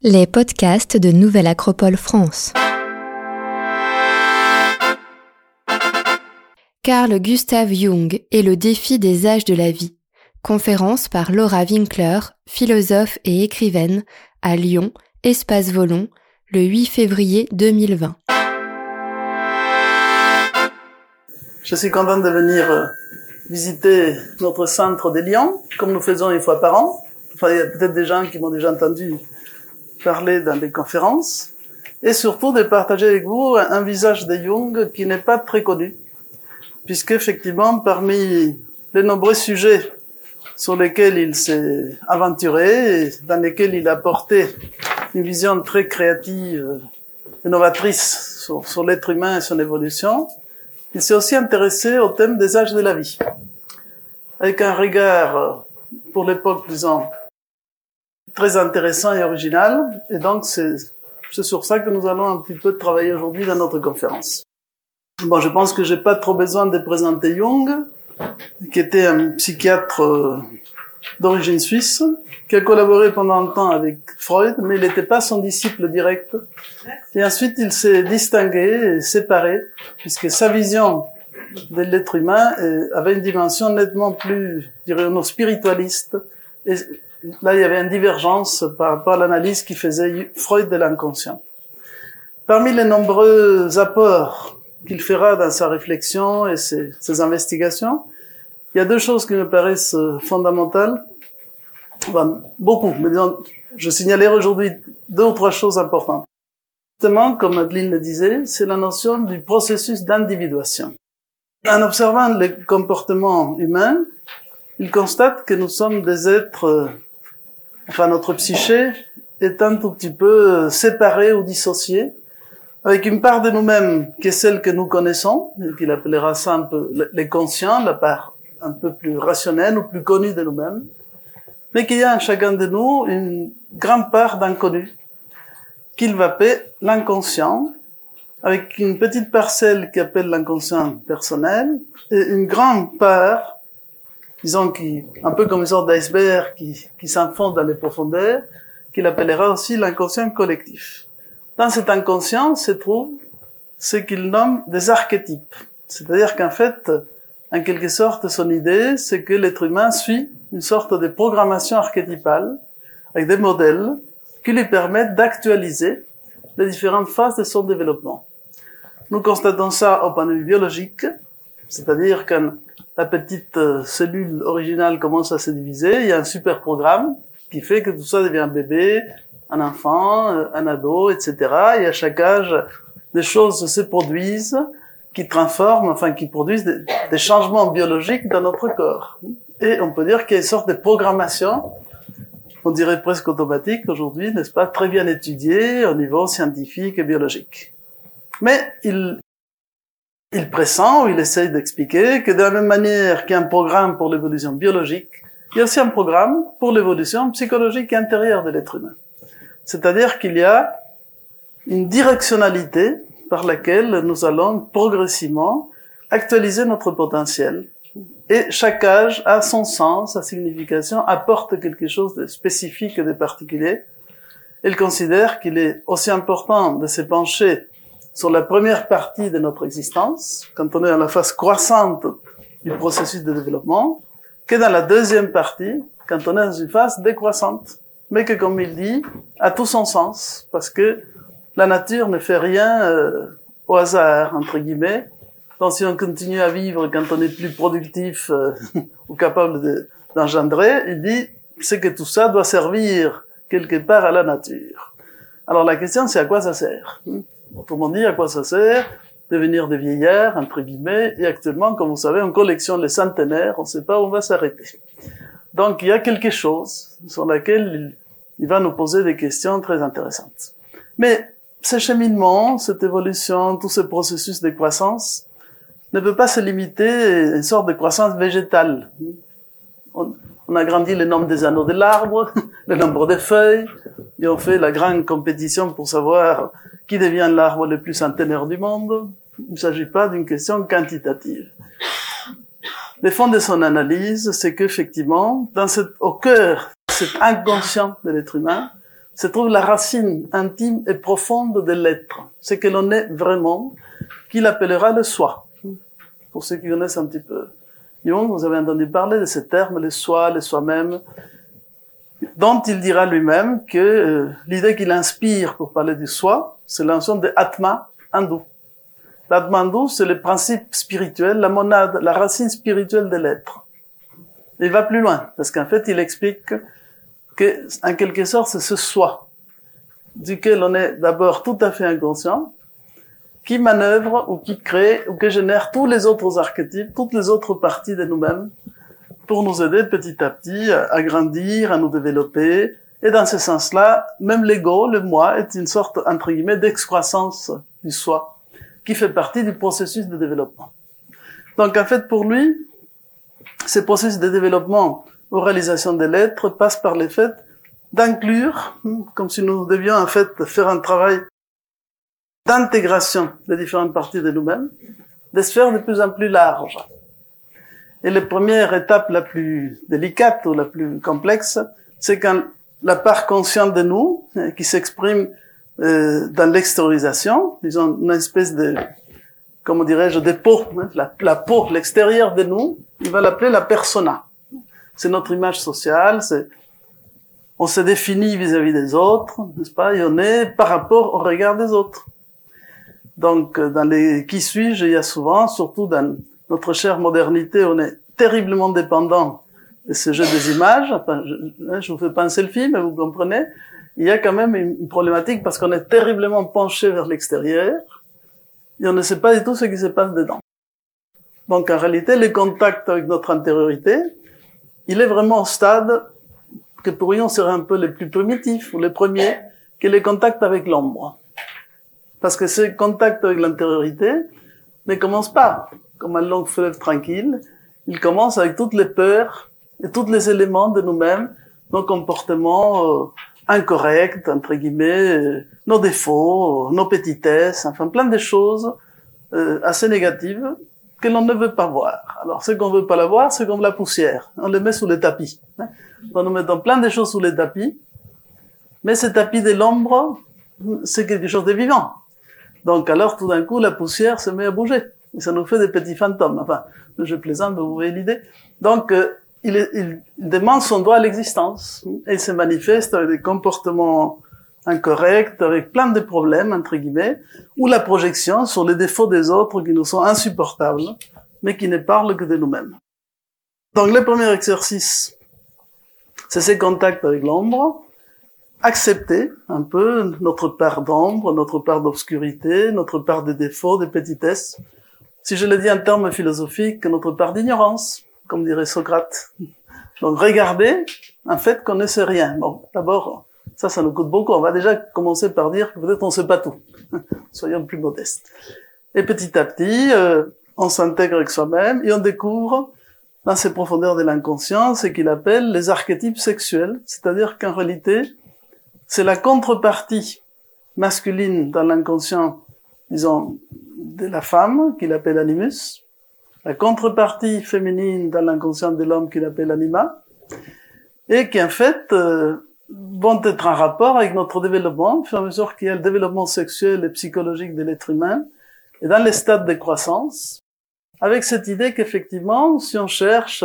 Les podcasts de Nouvelle Acropole France. Carl Gustav Jung et le défi des âges de la vie. Conférence par Laura Winkler, philosophe et écrivaine, à Lyon, Espace Volon, le 8 février 2020. Je suis content de venir visiter notre centre de Lyon, comme nous faisons une fois par an. Enfin, il y a peut-être des gens qui m'ont déjà entendu parler dans des conférences. Et surtout de partager avec vous un visage de Jung qui n'est pas très connu. Puisqu'effectivement, parmi les nombreux sujets sur lesquels il s'est aventuré, et dans lesquels il a porté une vision très créative et novatrice sur l'être humain et son évolution, il s'est aussi intéressé au thème des âges de la vie, avec un regard, pour l'époque, disons, très intéressant et original, et donc c'est sur ça que nous allons un petit peu travailler aujourd'hui dans notre conférence. Bon, je pense que j'ai pas trop besoin de présenter Jung, qui était un psychiatre d'origine suisse, qui a collaboré pendant un temps avec Freud, mais il n'était pas son disciple direct. Et ensuite, il s'est distingué et séparé, puisque sa vision de l'être humain avait une dimension nettement plus, dirais-nous, spiritualiste. Et là, il y avait une divergence par rapport à l'analyse qui faisait Freud de l'inconscient. Parmi les nombreux apports qu'il fera dans sa réflexion et ses investigations, il y a deux choses qui me paraissent fondamentales. Enfin, beaucoup, mais disons, je signalerai aujourd'hui deux ou trois choses importantes. Justement, comme Adeline le disait, c'est la notion du processus d'individuation. En observant les comportements humains, il constate que nous sommes des êtres, enfin notre psyché est un tout petit peu séparée ou dissociée, avec une part de nous-mêmes qui est celle que nous connaissons, qu'il appellera ça un peu les conscients, la part un peu plus rationnelle ou plus connue de nous-mêmes, mais qu'il y a en chacun de nous une grande part d'inconnu, qu'il va appeler l'inconscient, avec une petite parcelle qu'il appelle l'inconscient personnel, et une grande part, disons, un peu comme une sorte d'iceberg qui s'enfonce dans les profondeurs, qu'il appellera aussi l'inconscient collectif. Dans cet inconscient se trouve ce qu'il nomme des archétypes. C'est-à-dire qu'en fait, en quelque sorte, son idée, c'est que l'être humain suit une sorte de programmation archétypale, avec des modèles qui lui permettent d'actualiser les différentes phases de son développement. Nous constatons ça au point de vue biologique, c'est-à-dire quand la petite cellule originale commence à se diviser, il y a un super programme qui fait que tout ça devient un bébé, un enfant, un ado, etc. Et à chaque âge, des choses se produisent qui transforment, enfin qui produisent des changements biologiques dans notre corps. Et on peut dire qu'il y a une sorte de programmation, on dirait presque automatique aujourd'hui, n'est-ce pas, très bien étudiée au niveau scientifique et biologique. Mais il pressent ou il essaye d'expliquer que de la même manière qu'il y a un programme pour l'évolution biologique, il y a aussi un programme pour l'évolution psychologique intérieure de l'être humain. C'est-à-dire qu'il y a une directionnalité par laquelle nous allons progressivement actualiser notre potentiel. Et chaque âge a son sens, sa signification, apporte quelque chose de spécifique et de particulier. Il considère qu'il est aussi important de se pencher sur la première partie de notre existence, quand on est dans la phase croissante du processus de développement, que dans la deuxième partie, quand on est dans une phase décroissante. Mais que, comme il dit, a tout son sens, parce que la nature ne fait rien au hasard, entre guillemets. Donc si on continue à vivre quand on est plus productif ou capable d'engendrer, il dit, c'est que tout ça doit servir quelque part à la nature. Alors la question, c'est à quoi ça sert? Autrement dit, à quoi ça sert devenir des vieillards, entre guillemets, et actuellement, comme vous savez, on collectionne les centenaires, on ne sait pas où on va s'arrêter. Donc, il y a quelque chose sur laquelle il va nous poser des questions très intéressantes. Mais ce cheminement, cette évolution, tout ce processus de croissance ne peut pas se limiter à une sorte de croissance végétale. On a grandi le nombre des anneaux de l'arbre, le nombre des feuilles, et on fait la grande compétition pour savoir qui devient l'arbre le plus centenaire du monde. Il ne s'agit pas d'une question quantitative. Le fond de son analyse, c'est qu'effectivement, au cœur, cet inconscient de l'être humain, se trouve la racine intime et profonde de l'être, ce que l'on est vraiment, qu'il appellera le soi. Pour ceux qui connaissent un petit peu Jung, vous avez entendu parler de ces termes, le soi, le soi-même, dont il dira lui-même que l'idée qu'il inspire pour parler du soi, c'est la notion de Atma hindou. L'Atma hindou, c'est le principe spirituel, la monade, la racine spirituelle de l'être. Il va plus loin, parce qu'en fait, il explique que, en quelque sorte, c'est ce soi, duquel on est d'abord tout à fait inconscient, qui manœuvre ou qui crée ou qui génère tous les autres archétypes, toutes les autres parties de nous-mêmes, pour nous aider petit à petit à grandir, à nous développer. Et dans ce sens-là, même l'ego, le moi, est une sorte, entre guillemets, d'excroissance du soi, qui fait partie du processus de développement. Donc, en fait, pour lui, ce processus de développement aux réalisations de l'être passe par le fait d'inclure, comme si nous devions en fait faire un travail d'intégration des différentes parties de nous-mêmes, des sphères de plus en plus larges. Et la première étape la plus délicate ou la plus complexe, c'est quand la part consciente de nous, qui s'exprime dans l'extériorisation, disons une espèce de, comment dirais-je, de peau, la peau, l'extérieur de nous, il va l'appeler la persona. C'est notre image sociale, on se définit vis-à-vis des autres, n'est-ce pas, et on est par rapport au regard des autres. Donc, dans les qui suis-je, il y a souvent, surtout dans notre chère modernité, on est terriblement dépendant de ce jeu des images. Enfin, je vous fais pas un selfie, mais vous comprenez. Il y a quand même une problématique parce qu'on est terriblement penché vers l'extérieur et on ne sait pas du tout ce qui se passe dedans. Donc, en réalité, le contact avec notre intériorité, il est vraiment au stade que pourrions serait un peu les plus primitifs ou les premiers, que le contact avec l'ombre. Parce que ce contact avec l'intériorité ne commence pas comme un long fleuve tranquille, il commence avec toutes les peurs et tous les éléments de nous-mêmes, nos comportements incorrects, entre guillemets, nos défauts, nos petitesses, enfin plein de choses assez négatives que l'on ne veut pas voir. Alors, ce qu'on veut pas la voir, c'est comme la poussière. On les met sous les tapis. Donc, nous mettons plein de choses sous les tapis, mais ce tapis de l'ombre, c'est quelque chose de vivant. Donc, alors, tout d'un coup, la poussière se met à bouger. Et ça nous fait des petits fantômes. Enfin, je plaisante, mais vous voyez l'idée. Donc, il demande son droit à l'existence. Et il se manifeste avec des comportements incorrects, avec plein de problèmes, entre guillemets, ou la projection sur les défauts des autres qui nous sont insupportables, mais qui ne parlent que de nous-mêmes. Donc, le premier exercice, c'est ce contact avec l'ombre. Accepter un peu notre part d'ombre, notre part d'obscurité, notre part de défauts, de petitesses. Si je le dis en termes philosophiques, notre part d'ignorance, comme dirait Socrate. Donc, regardez, en fait, qu'on ne sait rien. Bon, d'abord, ça nous coûte beaucoup. On va déjà commencer par dire que peut-être on ne sait pas tout. Soyons plus modestes. Et petit à petit, on s'intègre avec soi-même et on découvre, dans ces profondeurs de l'inconscient, ce qu'il appelle les archétypes sexuels. C'est-à-dire qu'en réalité, c'est la contrepartie masculine dans l'inconscient, disons, de la femme, qu'il appelle animus, la contrepartie féminine dans l'inconscient de l'homme qu'il appelle anima, et qui en fait vont être en rapport avec notre développement, au fur et à mesure qu'il y a le développement sexuel et psychologique de l'être humain, et dans les stades de croissance, avec cette idée qu'effectivement, si on cherche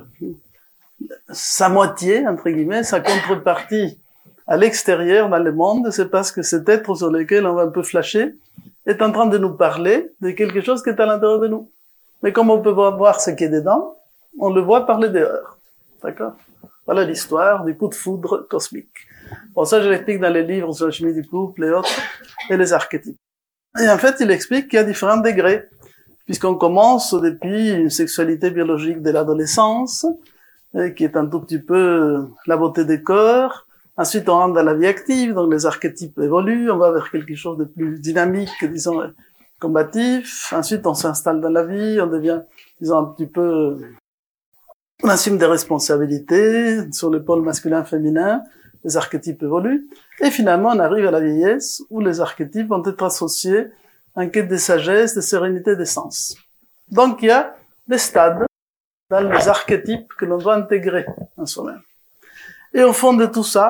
sa moitié, entre guillemets, sa contrepartie, à l'extérieur, dans le monde, c'est parce que cet être sur lequel on va un peu flasher est en train de nous parler de quelque chose qui est à l'intérieur de nous. Mais comme on peut voir ce qui est dedans, on le voit par les dehors. D'accord? Voilà l'histoire du coup de foudre cosmique. Bon, ça, je l'explique dans les livres sur la chimie du couple et autres, et les archétypes. Et en fait, il explique qu'il y a différents degrés, puisqu'on commence depuis une sexualité biologique de l'adolescence, qui est un tout petit peu la beauté des corps. Ensuite, on rentre dans la vie active, donc les archétypes évoluent, on va vers quelque chose de plus dynamique, disons, combatif. Ensuite, on s'installe dans la vie, on devient, disons, un petit peu, on assume des responsabilités sur le pôle masculin-féminin, les archétypes évoluent. Et finalement, on arrive à la vieillesse, où les archétypes vont être associés à une quête de sagesse, de sérénité, d'essence. Donc, il y a des stades dans les archétypes que l'on doit intégrer en soi-même. Et au fond de tout ça,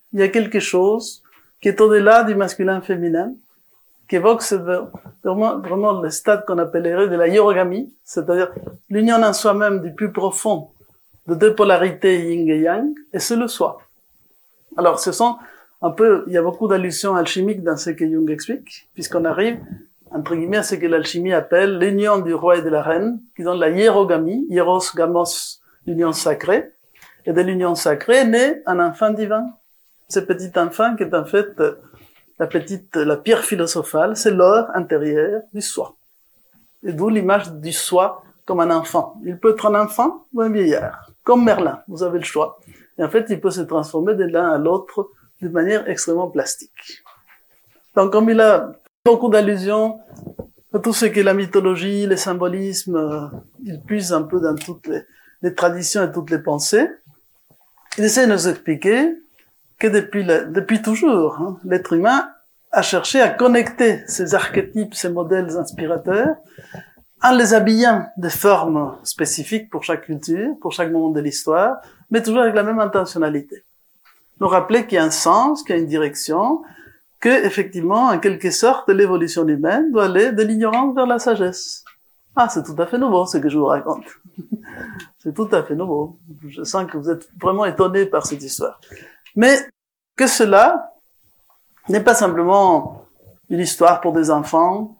il y a quelque chose qui est au-delà du masculin-féminin, qui évoque vraiment le stade qu'on appellerait de la hiérogamie, c'est-à-dire l'union en soi-même du plus profond de deux polarités yin et yang, et c'est le soi. Alors, il y a beaucoup d'allusions alchimiques dans ce que Jung explique, puisqu'on arrive, entre guillemets, à ce que l'alchimie appelle l'union du roi et de la reine, qui donne la hiérogamie, hieros, gamos, l'union sacrée, et de l'union sacrée naît un enfant divin. Ce petit enfant qui est en fait la pierre philosophale, c'est l'or intérieur du soi. Et d'où l'image du soi comme un enfant. Il peut être un enfant ou un vieillard, comme Merlin, vous avez le choix. Et en fait, il peut se transformer de l'un à l'autre d'une manière extrêmement plastique. Donc, comme il a beaucoup d'allusions à tout ce qui est la mythologie, les symbolismes, il puise un peu dans toutes les traditions et toutes les pensées. Il essaie de nous expliquer que depuis toujours, l'être humain a cherché à connecter ces archétypes, ces modèles inspirateurs, en les habillant de formes spécifiques pour chaque culture, pour chaque moment de l'histoire, mais toujours avec la même intentionnalité. Nous rappeler qu'il y a un sens, qu'il y a une direction, que, effectivement, en quelque sorte, l'évolution humaine doit aller de l'ignorance vers la sagesse. Ah, c'est tout à fait nouveau, ce que je vous raconte. C'est tout à fait nouveau. Je sens que vous êtes vraiment étonnés par cette histoire. Mais que cela n'est pas simplement une histoire pour des enfants,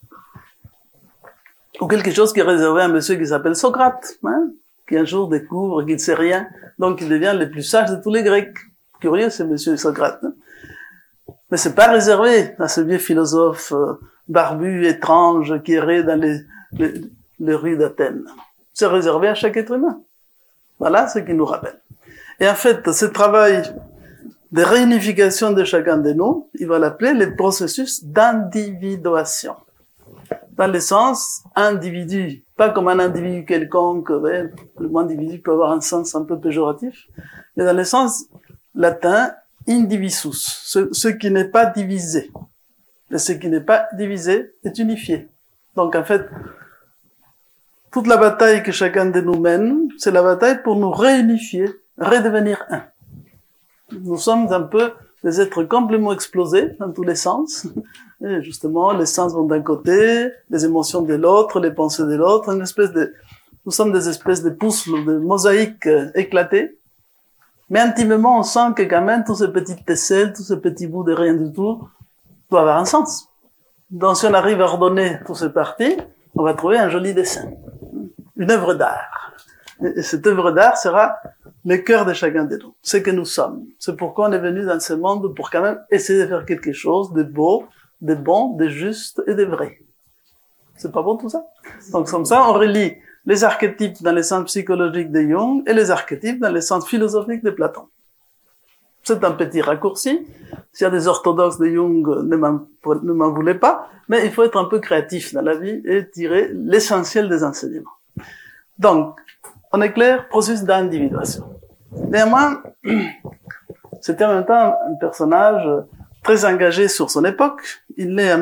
ou quelque chose qui est réservé à un monsieur qui s'appelle Socrate, qui un jour découvre qu'il ne sait rien, donc il devient le plus sage de tous les Grecs. Curieux, ce monsieur Socrate. Mais c'est pas réservé à ce vieux philosophe barbu, étrange, qui errait dans les rues d'Athènes. C'est réservé à chaque être humain. Voilà ce qui nous rappelle. Et en fait, ce travail de réunification de chacun de nous, il va l'appeler le processus d'individuation. Dans le sens individu, pas comme un individu quelconque, le mot individu peut avoir un sens un peu péjoratif, mais dans le sens latin, indivisus, ce qui n'est pas divisé. Et ce qui n'est pas divisé est unifié. Donc en fait, toute la bataille que chacun de nous mène, c'est la bataille pour nous réunifier, redevenir un. Nous sommes un peu des êtres complètement explosés dans tous les sens. Et justement, les sens vont d'un côté, les émotions de l'autre, les pensées de l'autre, nous sommes des espèces de puzzles, de mosaïques éclatées. Mais intimement, on sent que quand même, tous ces petits tesselles, tous ces petits bouts de rien du tout, doivent avoir un sens. Donc, si on arrive à ordonner tous ces parties, on va trouver un joli dessin. Une œuvre d'art. Et cette œuvre d'art sera le cœur de chacun de nous. Ce que nous sommes. C'est pourquoi on est venu dans ce monde pour quand même essayer de faire quelque chose de beau, de bon, de juste et de vrai. C'est pas bon tout ça? Donc, comme ça, on relie les archétypes dans le sens psychologique de Jung et les archétypes dans le sens philosophique de Platon. C'est un petit raccourci. S'il y a des orthodoxes de Jung, ne m'en voulez pas, mais il faut être un peu créatif dans la vie et tirer l'essentiel des enseignements. Donc, on est clair, processus d'individuation. Néanmoins, c'était en même temps un personnage très engagé sur son époque. Il naît en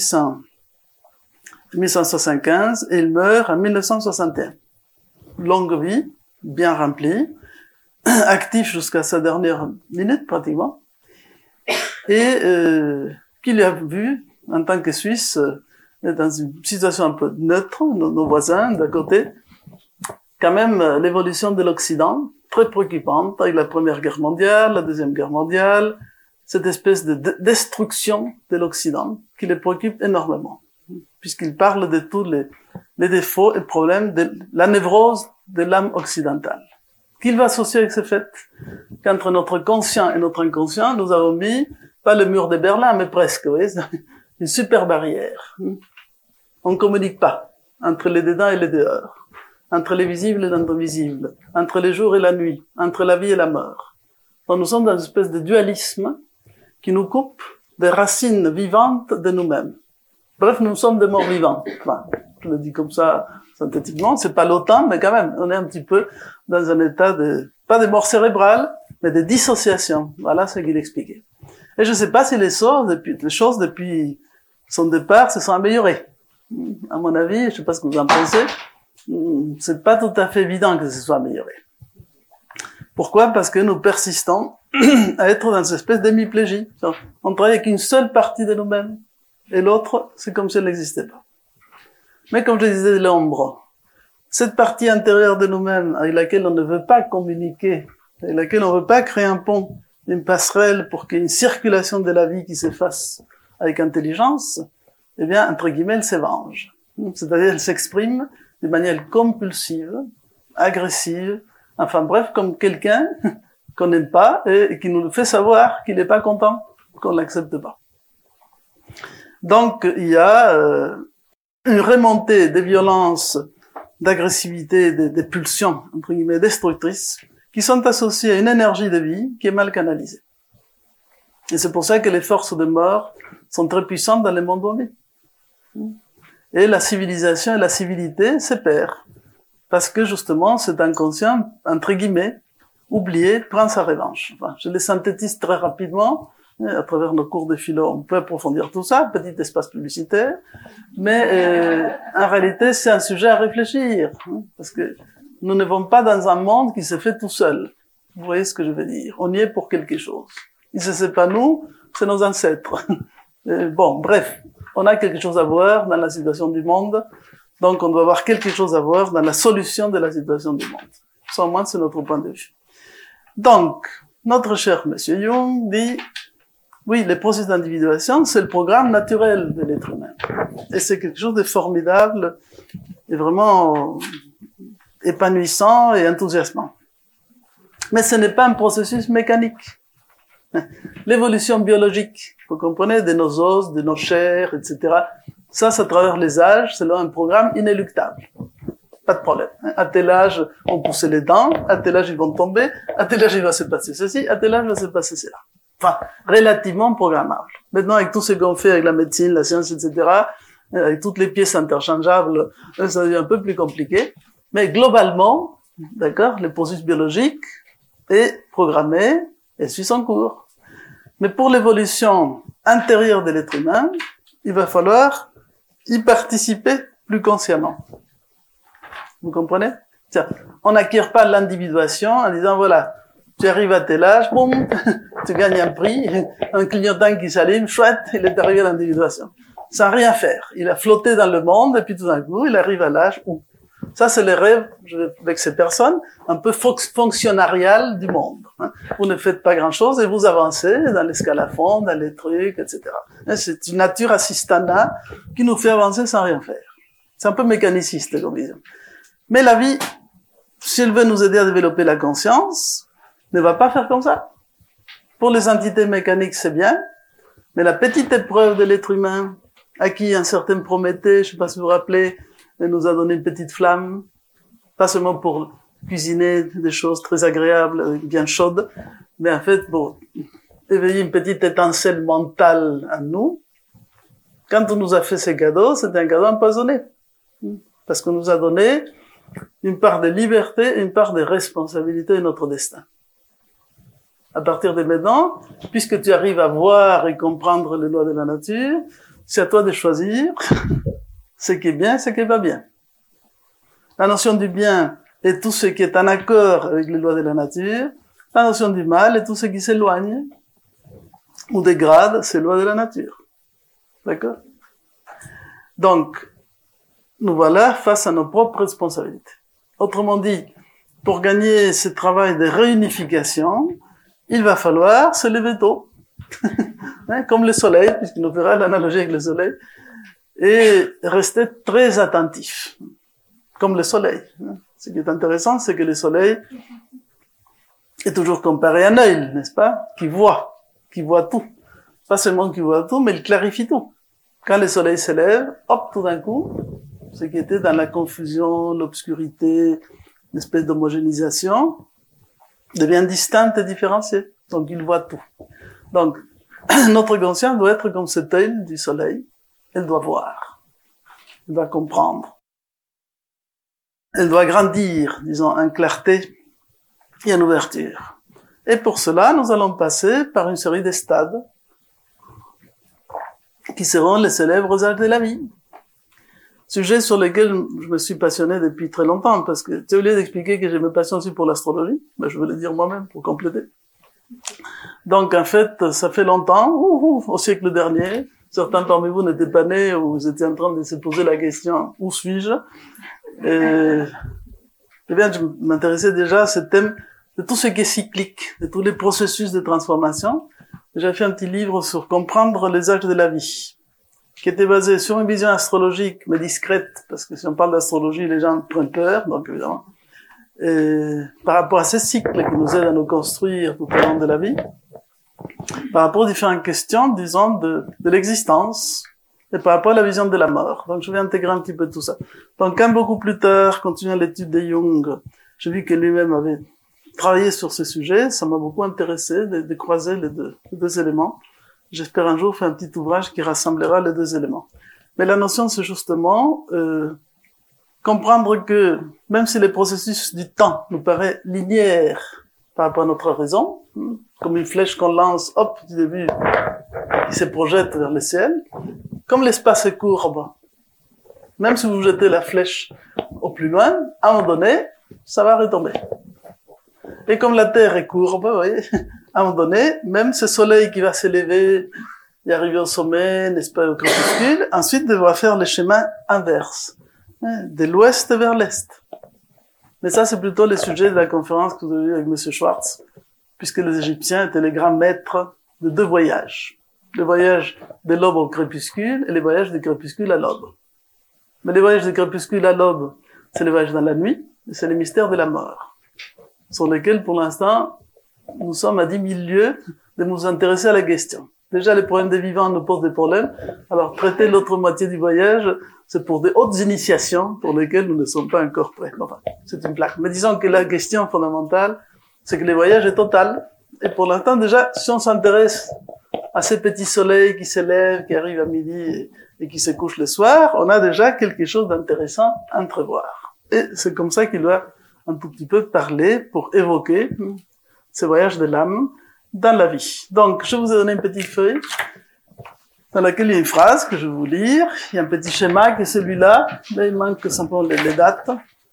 1875 et il meurt en 1961. Longue vie, bien remplie, actif jusqu'à sa dernière minute pratiquement, et qu'il a vu, en tant que Suisse, dans une situation un peu neutre, nos voisins d'à côté, quand même l'évolution de l'Occident, très préoccupante, avec la Première Guerre mondiale, la Deuxième Guerre mondiale, cette espèce de destruction de l'Occident qui les préoccupe énormément, puisqu'il parle de tous les défauts et problèmes de la névrose de l'âme occidentale. Qu'il va associer avec ce fait qu'entre notre conscient et notre inconscient, nous avons mis, pas le mur de Berlin, mais presque, vous voyez, une super barrière. On ne communique pas entre les dedans et les dehors, entre les visibles et l'indivisible, entre les jours et la nuit, entre la vie et la mort. Donc nous sommes dans une espèce de dualisme qui nous coupe des racines vivantes de nous-mêmes. Bref, nous sommes des morts vivants. Enfin, je le dis comme ça, synthétiquement, c'est pas l'OTAN, mais quand même, on est un petit peu dans un état pas de mort cérébrale, mais de dissociation. Voilà ce qu'il expliquait. Et je sais pas si les choses depuis son départ se sont améliorées. À mon avis, je sais pas ce que vous en pensez, c'est pas tout à fait évident que ce soit amélioré. Pourquoi? Parce que nous persistons à être dans cette espèce d'hémiplégie. On travaille avec une seule partie de nous-mêmes, et l'autre, c'est comme si elle n'existait pas. Mais comme je disais, l'ombre, cette partie intérieure de nous-mêmes avec laquelle on ne veut pas communiquer, avec laquelle on ne veut pas créer un pont, une passerelle pour qu'il y ait une circulation de la vie qui se fasse avec intelligence, eh bien, entre guillemets, elle se venge. C'est-à-dire, elle s'exprime de manière compulsive, agressive, enfin bref, comme quelqu'un qu'on n'aime pas et qui nous fait savoir qu'il n'est pas content, qu'on l'accepte pas. Donc, il y a une remontée des violences, d'agressivité, des pulsions, entre guillemets, destructrices, qui sont associées à une énergie de vie qui est mal canalisée. Et c'est pour ça que les forces de mort sont très puissantes dans les mondes où on vit. Et la civilisation et la civilité se perdent. Parce que justement, cet inconscient, entre guillemets, oublié, prend sa revanche. Enfin, je les synthétise très rapidement. À travers nos cours de philo, on peut approfondir tout ça, petit espace publicitaire. Mais en réalité, c'est un sujet à réfléchir. Parce que nous ne vivons pas dans un monde qui se fait tout seul. Vous voyez ce que je veux dire? On y est pour quelque chose. Et c'est pas nous, c'est nos ancêtres. Bon, bref, on a quelque chose à voir dans la situation du monde, donc on doit avoir quelque chose à voir dans la solution de la situation du monde. Ça, au moins, c'est notre point de vue. Donc, notre cher monsieur Jung dit, oui, les processus d'individuation, c'est le programme naturel de l'être humain. Et c'est quelque chose de formidable et vraiment épanouissant et enthousiasmant. Mais ce n'est pas un processus mécanique. L'évolution biologique, vous comprenez, de nos os, de nos chairs, etc. Ça travers les âges, c'est là un programme inéluctable. Pas de problème. À tel âge, on pousse les dents, à tel âge, ils vont tomber, à tel âge, il va se passer ceci, à tel âge, il va se passer cela. Enfin, relativement programmable. Maintenant, avec tout ce qu'on fait avec la médecine, la science, etc., avec toutes les pièces interchangeables, ça devient un peu plus compliqué. Mais globalement, d'accord, le processus biologique est programmé et suit son cours. Mais pour l'évolution intérieure de l'être humain, il va falloir y participer plus consciemment. Vous comprenez? On n'acquiert pas l'individuation en disant, voilà, tu arrives à tel âge, boum, tu gagnes un prix, un clignotant qui s'allume, chouette, il est arrivé à l'individuation. Sans rien faire. Il a flotté dans le monde, et puis tout d'un coup, il arrive à l'âge où. Ça, c'est le rêve, avec ces personnes, un peu fonctionnariales du monde. Vous ne faites pas grand-chose et vous avancez dans l'escalafon, dans les trucs, etc. C'est une nature assistana qui nous fait avancer sans rien faire. C'est un peu mécaniciste, comme disons. Mais la vie, si elle veut nous aider à développer la conscience, ne va pas faire comme ça. Pour les entités mécaniques, c'est bien, mais la petite épreuve de l'être humain, à qui un certain Prométhée, je sais pas si vous vous rappelez, elle nous a donné une petite flamme, pas seulement pour cuisiner des choses très agréables, bien chaudes, mais en fait pour éveiller une petite étincelle mentale en nous. Quand on nous a fait ces cadeaux, c'était un cadeau empoisonné. Parce qu'on nous a donné une part de liberté et une part de responsabilité de notre destin. À partir de maintenant, puisque tu arrives à voir et comprendre les lois de la nature, c'est à toi de choisir ce qui est bien et ce qui est pas bien. La notion du bien est tout ce qui est en accord avec les lois de la nature. La notion du mal est tout ce qui s'éloigne ou dégrade ces lois de la nature. D'accord? Donc, nous voilà face à nos propres responsabilités. Autrement dit, pour gagner ce travail de réunification, il va falloir se lever tôt. Comme le soleil, puisqu'il nous fera l'analogie avec le soleil, et rester très attentif, comme le soleil. Ce qui est intéressant, c'est que le soleil est toujours comparé à un œil, n'est-ce pas? Qui voit tout. Pas seulement qui voit tout, mais il clarifie tout. Quand le soleil se lève, hop, tout d'un coup, ce qui était dans la confusion, l'obscurité, une espèce d'homogénéisation, devient distinct et différencié. Donc, il voit tout. Donc, notre conscience doit être comme cet œil du soleil. Elle doit voir. Elle doit comprendre. Elle doit grandir, disons, en clarté et en ouverture. Et pour cela, nous allons passer par une série de stades qui seront les célèbres âges de la vie. Sujet sur lequel je me suis passionné depuis très longtemps, parce que, tu as oublié d'expliquer que je me passionne aussi pour l'astrologie, ben, je vais le dire moi-même pour compléter. Donc en fait, ça fait longtemps, au siècle dernier, certains parmi vous n'étaient pas nés ou vous étiez en train de se poser la question, où suis-je? Eh bien, je m'intéressais déjà à ce thème de tout ce qui est cyclique, de tous les processus de transformation. J'ai fait un petit livre sur comprendre les âges de la vie, qui était basé sur une vision astrologique, mais discrète, parce que si on parle d'astrologie, les gens prennent peur, donc évidemment. Et par rapport à ces cycles qui nous aident à nous construire tout au long de la vie, par rapport aux différentes questions, disons, de l'existence, et par rapport à la vision de la mort. Donc je vais intégrer un petit peu tout ça. Donc quand beaucoup plus tard, continuant l'étude de Jung, j'ai vu que lui-même avait travaillé sur ce sujet, ça m'a beaucoup intéressé de croiser les deux éléments. J'espère un jour faire un petit ouvrage qui rassemblera les deux éléments. Mais la notion, c'est justement comprendre que même si les processus du temps nous paraît linéaires par rapport à notre raison, comme une flèche qu'on lance, hop, du début, qui se projette vers le ciel, comme l'espace est courbe, même si vous jetez la flèche au plus loin, à un moment donné, ça va retomber. Et comme la Terre est courbe, vous voyez, à un moment donné, même ce soleil qui va s'élever et arriver au sommet, n'est-ce pas, au crépuscule, ensuite devra faire le chemin inverse, de l'ouest vers l'est. Mais ça, c'est plutôt le sujet de la conférence que vous avez eue avec M. Schwartz, puisque les Égyptiens étaient les grands maîtres de deux voyages. Le voyage de l'aube au crépuscule et le voyage du crépuscule à l'aube. Mais le voyage du crépuscule à l'aube, c'est le voyage dans la nuit, et c'est le mystère de la mort, sur lequel, pour l'instant, nous sommes à 10 000 lieues de nous intéresser à la question. Déjà, les problèmes des vivants nous posent des problèmes, alors traiter l'autre moitié du voyage, c'est pour des hautes initiations pour lesquelles nous ne sommes pas encore prêts. Enfin, c'est une blague. Mais disons que la question fondamentale, c'est que le voyage est total. Et pour l'instant, déjà, si on s'intéresse à ces petits soleils qui s'élèvent, qui arrivent à midi et qui se couchent le soir, on a déjà quelque chose d'intéressant à entrevoir. Et c'est comme ça qu'il doit un tout petit peu parler pour évoquer ce voyage de l'âme dans la vie. Donc, je vous ai donné une petite feuille dans laquelle il y a une phrase que je vais vous lire. Il y a un petit schéma qui est celui-là, mais il manque simplement les dates.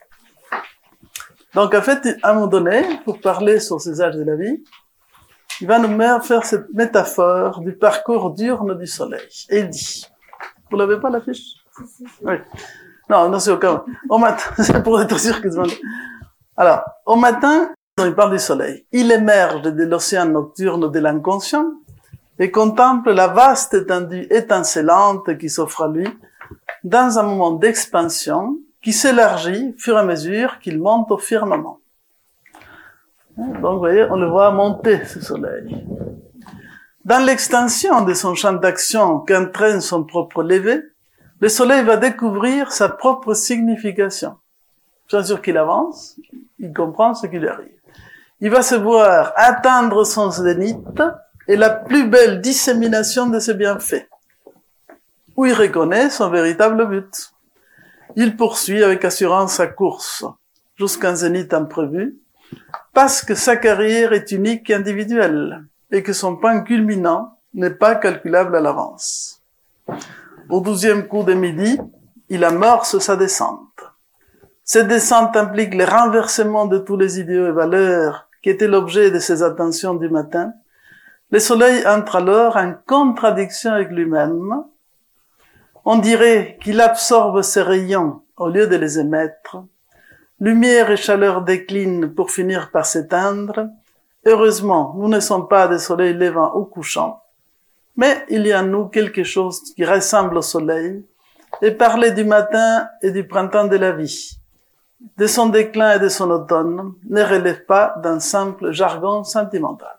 Donc, en fait, à un moment donné, pour parler sur ces âges de la vie, il va nous faire cette métaphore du parcours diurne du soleil. Et il dit, vous l'avez pas la fiche? Oui. Non, c'est au cas où. Au matin, c'est pour être sûr que alors, au matin, il parle du soleil. Il émerge de l'océan nocturne de l'inconscient et contemple la vaste étendue étincelante qui s'offre à lui dans un moment d'expansion qui s'élargit au fur et à mesure qu'il monte au firmament. Donc, vous voyez, on le voit monter, ce soleil. Dans l'extension de son champ d'action qu'entraîne son propre lever, le soleil va découvrir sa propre signification. Bien sûr qu'il avance, il comprend ce qui lui arrive. Il va se voir atteindre son zénith et la plus belle dissémination de ses bienfaits, où il reconnaît son véritable but. Il poursuit avec assurance sa course jusqu'à un zénith imprévu, parce que sa carrière est unique et individuelle, et que son point culminant n'est pas calculable à l'avance. Au 12e coup de midi, il amorce sa descente. Cette descente implique le renversement de tous les idéaux et valeurs qui étaient l'objet de ses attentions du matin. Le soleil entre alors en contradiction avec lui-même. On dirait qu'il absorbe ses rayons au lieu de les émettre. Lumière et chaleur déclinent pour finir par s'éteindre. Heureusement, nous ne sommes pas des soleils levants ou couchants, mais il y a en nous quelque chose qui ressemble au soleil, et parler du matin et du printemps de la vie, de son déclin et de son automne, ne relève pas d'un simple jargon sentimental.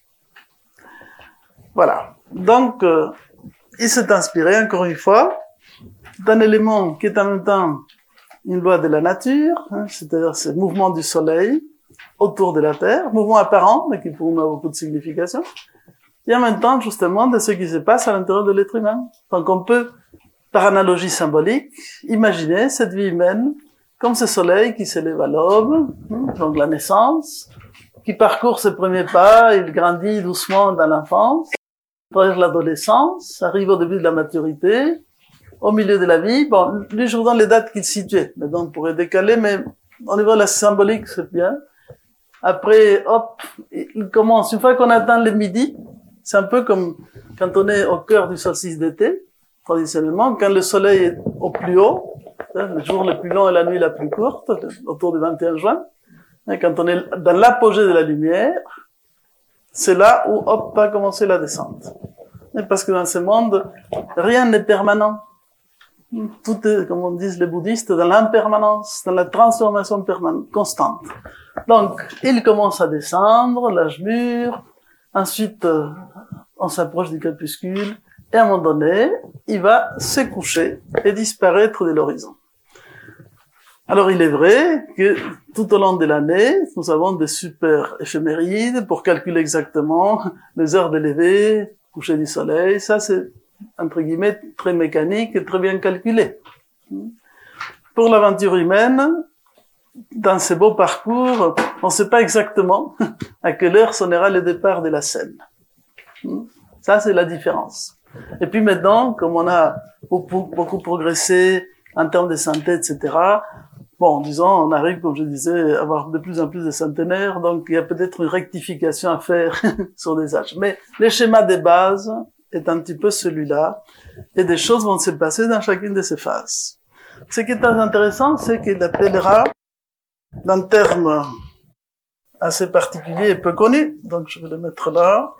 Voilà. Donc, il s'est inspiré, encore une fois, d'un élément qui est en même temps une loi de la nature, c'est-à-dire ce mouvement du soleil autour de la Terre, mouvement apparent, mais qui pour nous a beaucoup de signification, et en même temps, justement, de ce qui se passe à l'intérieur de l'être humain. Donc, on peut, par analogie symbolique, imaginer cette vie humaine comme ce soleil qui s'élève à l'aube, donc la naissance, qui parcourt ses premiers pas, il grandit doucement dans l'enfance, traverse l'adolescence, arrive au début de la maturité, au milieu de la vie. Bon, lui, je vous donne les dates qu'il situait, mais donc on pourrait décaler, mais au niveau de la symbolique, c'est bien. Après, hop, il commence. Une fois qu'on atteint le midi, c'est un peu comme quand on est au cœur du solstice d'été, traditionnellement, quand le soleil est au plus haut, le jour le plus long et la nuit la plus courte, autour du 21 juin, quand on est dans l'apogée de la lumière, c'est là où, hop, va commencer la descente. Parce que dans ce monde, rien n'est permanent. Tout est, comme on dit les bouddhistes, dans l'impermanence, dans la transformation permanente, constante. Donc, il commence à descendre, l'âge mûr, ensuite, on s'approche du crépuscule, et à un moment donné, il va se coucher et disparaître de l'horizon. Alors, il est vrai que tout au long de l'année, nous avons des super éphémérides pour calculer exactement les heures de lever, coucher du soleil. Ça, c'est, entre guillemets, très mécanique et très bien calculé. Pour l'aventure humaine, dans ces beaux parcours, on ne sait pas exactement à quelle heure sonnera le départ de la scène. Ça, c'est la différence. Et puis maintenant, comme on a beaucoup progressé en termes de santé, etc., bon, disons, on arrive, comme je disais, à avoir de plus en plus de centenaires, donc il y a peut-être une rectification à faire sur des âges. Mais le schéma de base est un petit peu celui-là, et des choses vont se passer dans chacune de ces phases. Ce qui est très intéressant, c'est qu'il appellera, d'un terme assez particulier et peu connu, donc je vais le mettre là.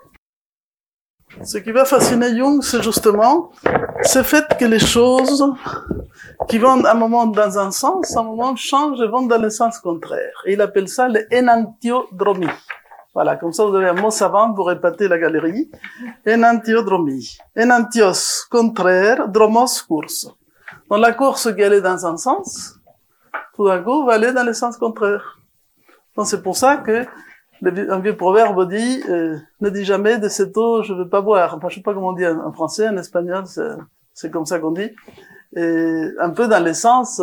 Ce qui va fasciner Jung, c'est justement ce fait que les choses qui vont à un moment dans un sens, à un moment changent et vont dans le sens contraire. Et il appelle ça l'enantiodromie. Voilà, comme ça vous avez un mot savant pour épater la galerie. Enantiodromie. Enantios, contraire, dromos, course. Donc la course qui allait dans un sens, tout d'un coup, va aller dans le sens contraire. Donc c'est pour ça que un vieux proverbe dit ne dis jamais de cette eau je veux pas boire. Enfin, je sais pas comment on dit en français, en espagnol, c'est comme ça qu'on dit. Et un peu dans le sens,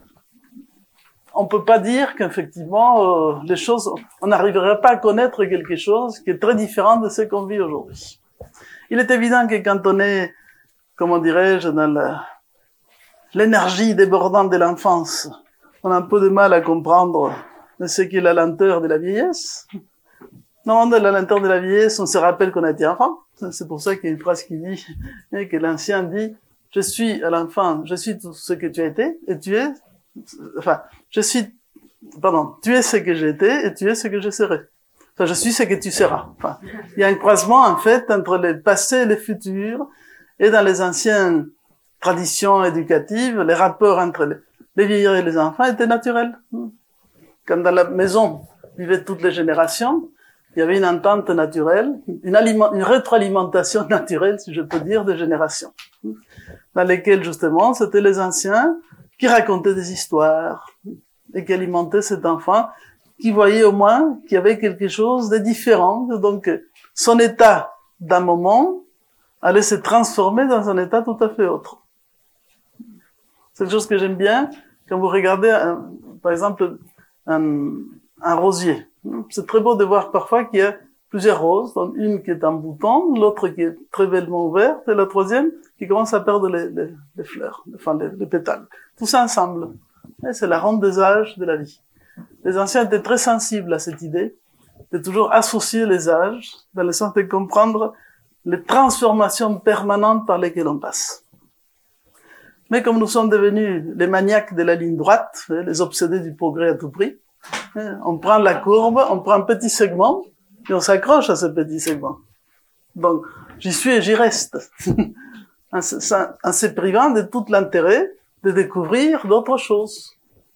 on peut pas dire qu'effectivement les choses, on n'arriverait pas à connaître quelque chose qui est très différent de ce qu'on vit aujourd'hui. Il est évident que quand on est, comment dirais-je, dans l'énergie débordante de l'enfance, on a un peu de mal à comprendre ce qu'est la lenteur de la vieillesse. Non, de la lenteur de la vieillesse, on se rappelle qu'on a été enfant. C'est pour ça qu'il y a une phrase qui dit, que l'ancien dit, je suis à l'enfant, je suis tout ce que tu as été, et tu es, enfin, tu es ce que j'ai été, et tu es ce que je serai. Enfin, je suis ce que tu seras. Enfin, il y a un croisement, en fait, entre le passé et le futur, et dans les anciennes traditions éducatives, les rapports entre les vieillards et les enfants étaient naturels. Quand dans la maison vivaient toutes les générations, il y avait une entente naturelle, une rétroalimentation naturelle, si je peux dire, des générations, dans lesquelles, justement, c'était les anciens qui racontaient des histoires et qui alimentaient cet enfant, qui voyait au moins qu'il y avait quelque chose de différent. Donc, son état d'un moment allait se transformer dans un état tout à fait autre. C'est quelque chose que j'aime bien quand vous regardez, par exemple, un rosier. C'est très beau de voir parfois qu'il y a plusieurs roses, donc une qui est en bouton, l'autre qui est très bellement ouverte, et la troisième qui commence à perdre les fleurs, enfin les pétales. Tout ça ensemble. Et c'est la ronde des âges de la vie. Les anciens étaient très sensibles à cette idée de toujours associer les âges, dans le sens de comprendre les transformations permanentes par lesquelles on passe. Mais comme nous sommes devenus les maniaques de la ligne droite, les obsédés du progrès à tout prix, on prend la courbe, on prend un petit segment, et on s'accroche à ce petit segment. Donc, j'y suis et j'y reste, en se privant de tout l'intérêt de découvrir d'autres choses.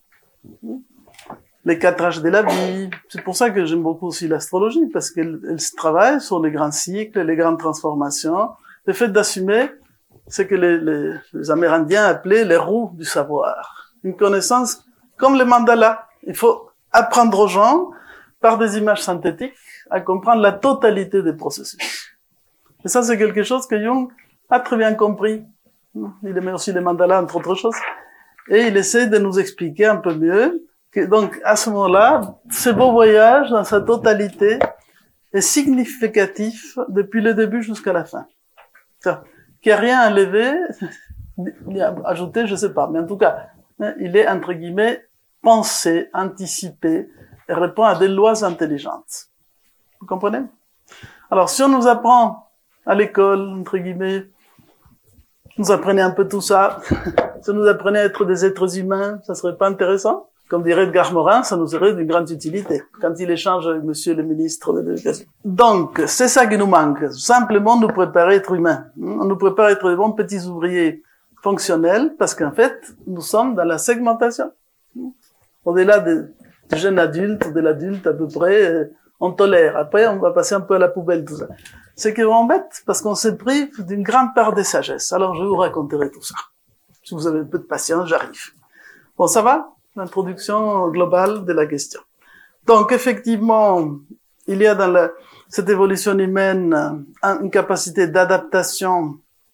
Les 4 âges de la vie, c'est pour ça que j'aime beaucoup aussi l'astrologie, parce qu'elle travaille sur les grands cycles, les grandes transformations, le fait d'assumer ce que les Amérindiens appelaient les roues du savoir. Une connaissance comme le mandala. Il faut apprendre aux gens, par des images synthétiques, à comprendre la totalité des processus. Et ça, c'est quelque chose que Jung a très bien compris. Il aimait aussi les mandalas, entre autres choses. Et il essaie de nous expliquer un peu mieux que, donc, à ce moment-là, ce beau voyage, dans sa totalité, est significatif depuis le début jusqu'à la fin. Qu'il n'y a rien à lever, ni à ajouter, je sais pas. Mais en tout cas, il est, entre guillemets, pensé, anticipé, Elle répond à des lois intelligentes. Vous comprenez? Alors, si on nous apprend à l'école, entre guillemets, nous apprenez un peu tout ça, si on nous apprenait à être des êtres humains, ça serait pas intéressant? Comme dirait Edgar Morin, ça nous serait d'une grande utilité quand il échange avec monsieur le ministre de l'Éducation. Donc, c'est ça qui nous manque. Simplement nous préparer à être humains. On nous prépare à être des bons petits ouvriers fonctionnels parce qu'en fait, nous sommes dans la segmentation. Au-delà du jeune adulte, de l'adulte à peu près, on tolère. Après, on va passer un peu à la poubelle, tout ça. C'est qui m'embête parce qu'on se prive d'une grande part des sagesses. Alors, je vous raconterai tout ça. Si vous avez un peu de patience, j'arrive. Bon, ça va? L'introduction globale de la question. Donc, effectivement, il y a dans cette évolution humaine une capacité d'adaptation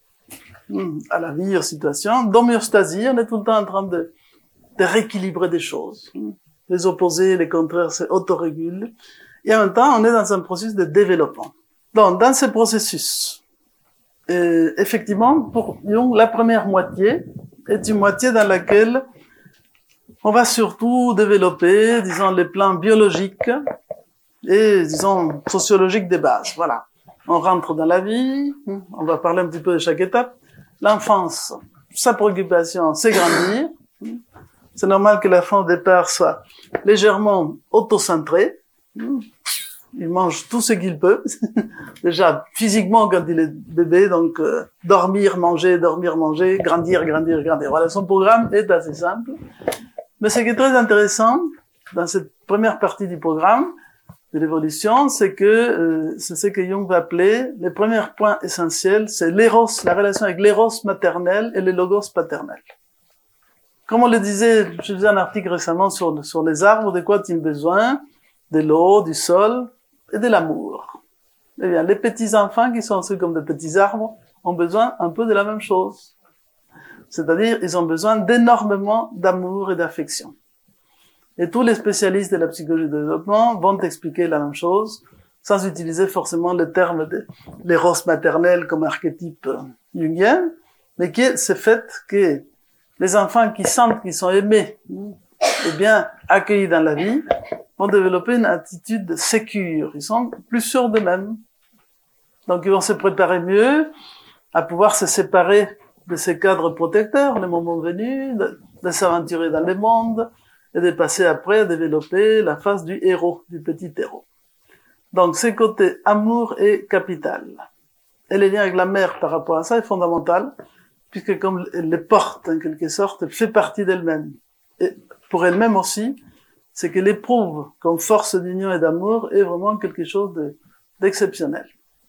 à la vie, aux situations, d'homéostasie. On est tout le temps en train de rééquilibrer des choses. Les opposés, les contraires se autorégulent. Et en même temps, on est dans un processus de développement. Donc, dans ce processus, effectivement, pour Jung, la première moitié est une moitié dans laquelle on va surtout développer, disons, les plans biologiques et, disons, sociologiques des bases. Voilà. On rentre dans la vie, on va parler un petit peu de chaque étape. L'enfance, sa préoccupation, c'est grandir. C'est normal que l'enfant au départ soit légèrement autocentré. Il mange tout ce qu'il peut. Déjà, physiquement, quand il est bébé, donc dormir, manger, grandir. Voilà, son programme est assez simple. Mais ce qui est très intéressant dans cette première partie du programme de l'évolution, c'est que c'est ce que Jung va appeler les premiers points essentiels, c'est l'éros, la relation avec l'éros maternel et le logos paternel. Comme on le disait, je faisais un article récemment sur les arbres, de quoi ont-ils besoin? De l'eau, du sol et de l'amour. Eh bien, les petits enfants qui sont aussi comme des petits arbres ont besoin un peu de la même chose. C'est-à-dire, ils ont besoin d'énormément d'amour et d'affection. Et tous les spécialistes de la psychologie du développement vont expliquer la même chose, sans utiliser forcément le terme de l'éros maternel comme archétype jungien, mais qui est ce fait que les enfants qui sentent qu'ils sont aimés et bien accueillis dans la vie vont développer une attitude sécure. Ils sont plus sûrs d'eux-mêmes. Donc, ils vont se préparer mieux à pouvoir se séparer de ces cadres protecteurs, le moment venu, de s'aventurer dans le monde et de passer après à développer la phase du héros, du petit héros. Donc, ce côté amour est capital. Et le lien avec la mère par rapport à ça est fondamental, puisque comme elle les porte en quelque sorte, elle fait partie d'elle-même. Et pour elle-même aussi, c'est qu'elle éprouve comme force d'union et d'amour est vraiment quelque chose d'exceptionnel.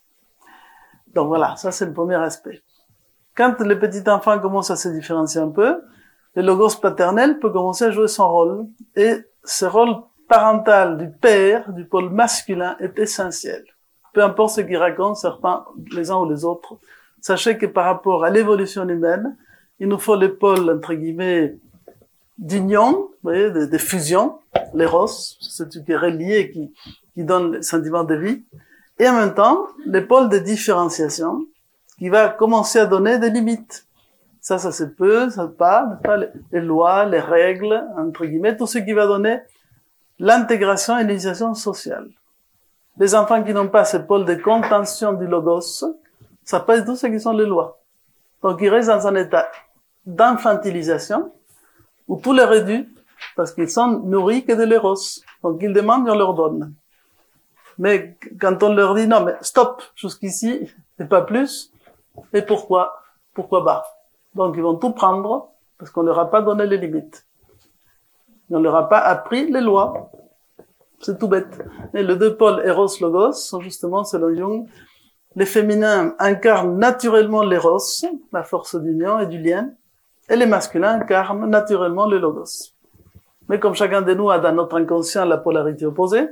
Donc voilà, ça c'est le premier aspect. Quand le petit enfant commence à se différencier un peu, le logos paternel peut commencer à jouer son rôle. Et ce rôle parental du père, du pôle masculin, est essentiel. Peu importe ce qu'ils racontent certains, les uns ou les autres, sachez que par rapport à l'évolution humaine, il nous faut le pôle, entre guillemets, d'union, vous voyez, de fusion, l'éros, c'est ce qui est relié, qui donne le sentiment de vie, et en même temps, le pôle de différenciation, qui va commencer à donner des limites. Ça se peut, ça pas, les lois, les règles, entre guillemets, tout ce qui va donner l'intégration et l'initiation sociale. Les enfants qui n'ont pas ce pôle de contention du logos, ça pas du tout ce qui sont les lois. Donc ils restent dans un état d'infantilisation, où tout leur est dû, parce qu'ils sont nourris que de l'éros. Donc ils demandent et on leur donne. Mais quand on leur dit, non mais stop, jusqu'ici, et pas plus, et pourquoi bas? Donc ils vont tout prendre, parce qu'on leur a pas donné les limites. On leur a pas appris les lois. C'est tout bête. Et les deux pôles Eros-Logos sont justement, selon Jung, les féminins incarnent naturellement l'Eros, la force d'union et du lien, et les masculins incarnent naturellement le Logos. Mais comme chacun de nous a dans notre inconscient la polarité opposée,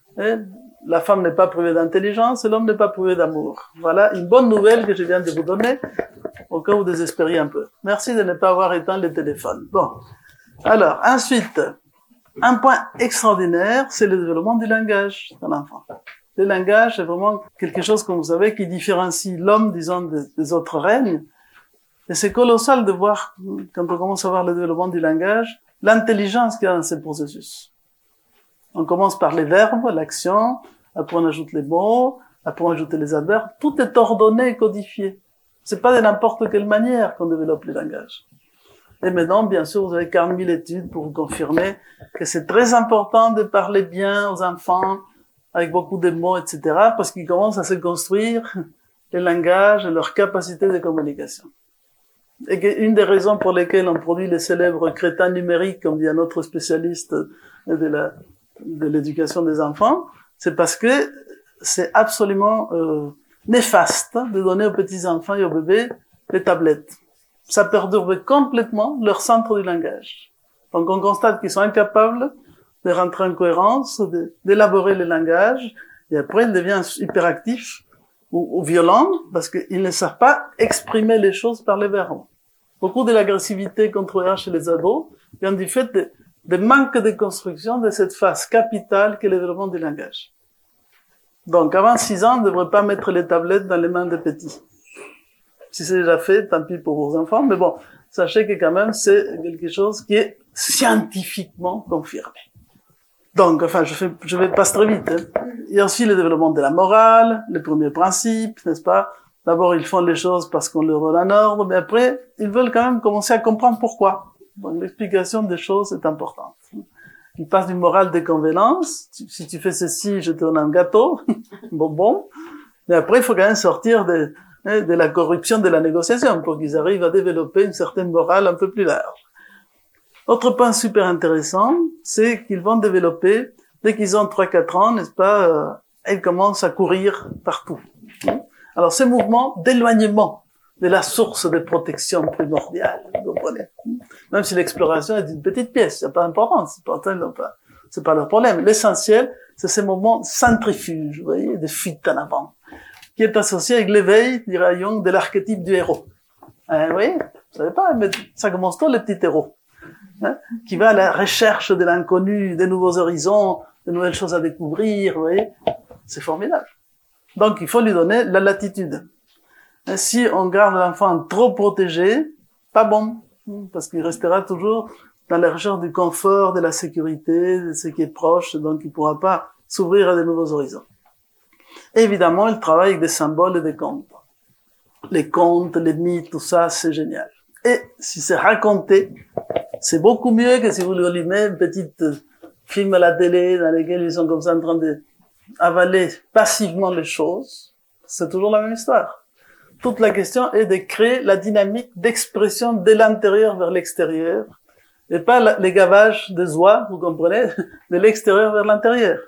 la femme n'est pas privée d'intelligence et l'homme n'est pas privé d'amour. Voilà une bonne nouvelle que je viens de vous donner, au cas où vous désespériez un peu. Merci de ne pas avoir éteint le téléphone. Bon. Alors, ensuite, un point extraordinaire, c'est le développement du langage de l'enfant. Le langage est vraiment quelque chose, comme vous savez, qui différencie l'homme, disons, des autres règnes. Et c'est colossal de voir, quand on commence à voir le développement du langage, l'intelligence qu'il y a dans ce processus. On commence par les verbes, l'action, après on ajoute les mots, après on ajoute les adverbes. Tout est ordonné et codifié. C'est pas de n'importe quelle manière qu'on développe les langages. Et maintenant, bien sûr, vous avez 40 000 études pour vous confirmer que c'est très important de parler bien aux enfants, avec beaucoup de mots, etc., parce qu'ils commencent à se construire les langages et leur capacité de communication. Et une des raisons pour lesquelles on produit les célèbres crétins numériques, comme dit un autre spécialiste de l'éducation des enfants, c'est parce que c'est absolument néfaste de donner aux petits-enfants et aux bébés les tablettes. Ça perturbe complètement leur centre du langage. Donc on constate qu'ils sont incapables de rentrer en cohérence, d'élaborer le langage, et après ils deviennent hyperactifs ou violents parce qu'ils ne savent pas exprimer les choses par les verbes. Beaucoup de l'agressivité qu'on trouvera chez les ados vient du fait de manque de construction de cette phase capitale qu'est le développement du langage. Donc avant 6 ans, on ne devrait pas mettre les tablettes dans les mains des petits. Si c'est déjà fait, tant pis pour vos enfants, mais bon, sachez que quand même c'est quelque chose qui est scientifiquement confirmé. Donc, enfin, je vais passer très vite. Hein. Il y a aussi le développement de la morale, les premiers principes, n'est-ce pas? D'abord, ils font les choses parce qu'on leur donne un ordre, mais après, ils veulent quand même commencer à comprendre pourquoi. Donc, l'explication des choses est importante. Ils passent d'une morale de convenance. Si tu fais ceci, je te donne un gâteau, bonbon. Mais après, il faut quand même sortir de la corruption de la négociation pour qu'ils arrivent à développer une certaine morale un peu plus large. Autre point super intéressant, c'est qu'ils vont développer, dès qu'ils ont 3-4 ans, n'est-ce pas, ils commencent à courir partout. Alors, ces mouvements d'éloignement de la source de protection primordiale, vous comprenez? Même si l'exploration est une petite pièce, c'est pas important, c'est pas leur problème. L'essentiel, c'est ces mouvements centrifuges, vous voyez, de fuite en avant, qui est associé avec l'éveil, dirait Jung, de l'archétype du héros. Vous voyez? Vous savez pas, mais ça commence tôt, les petits héros. Qui va à la recherche de l'inconnu, des nouveaux horizons, de nouvelles choses à découvrir, vous voyez. C'est formidable. Donc, il faut lui donner la latitude. Et si on garde l'enfant trop protégé, pas bon, parce qu'il restera toujours dans la recherche du confort, de la sécurité, de ce qui est proche, donc il pourra pas s'ouvrir à de nouveaux horizons. Et évidemment, il travaille avec des symboles et des contes. Les contes, les mythes, tout ça, c'est génial. Et si c'est raconté, c'est beaucoup mieux que si vous lui allumez une petite film à la télé dans lequel ils sont comme ça en train de avaler passivement les choses. C'est toujours la même histoire. Toute la question est de créer la dynamique d'expression de l'intérieur vers l'extérieur et pas les gavages des oies, vous comprenez, de l'extérieur vers l'intérieur.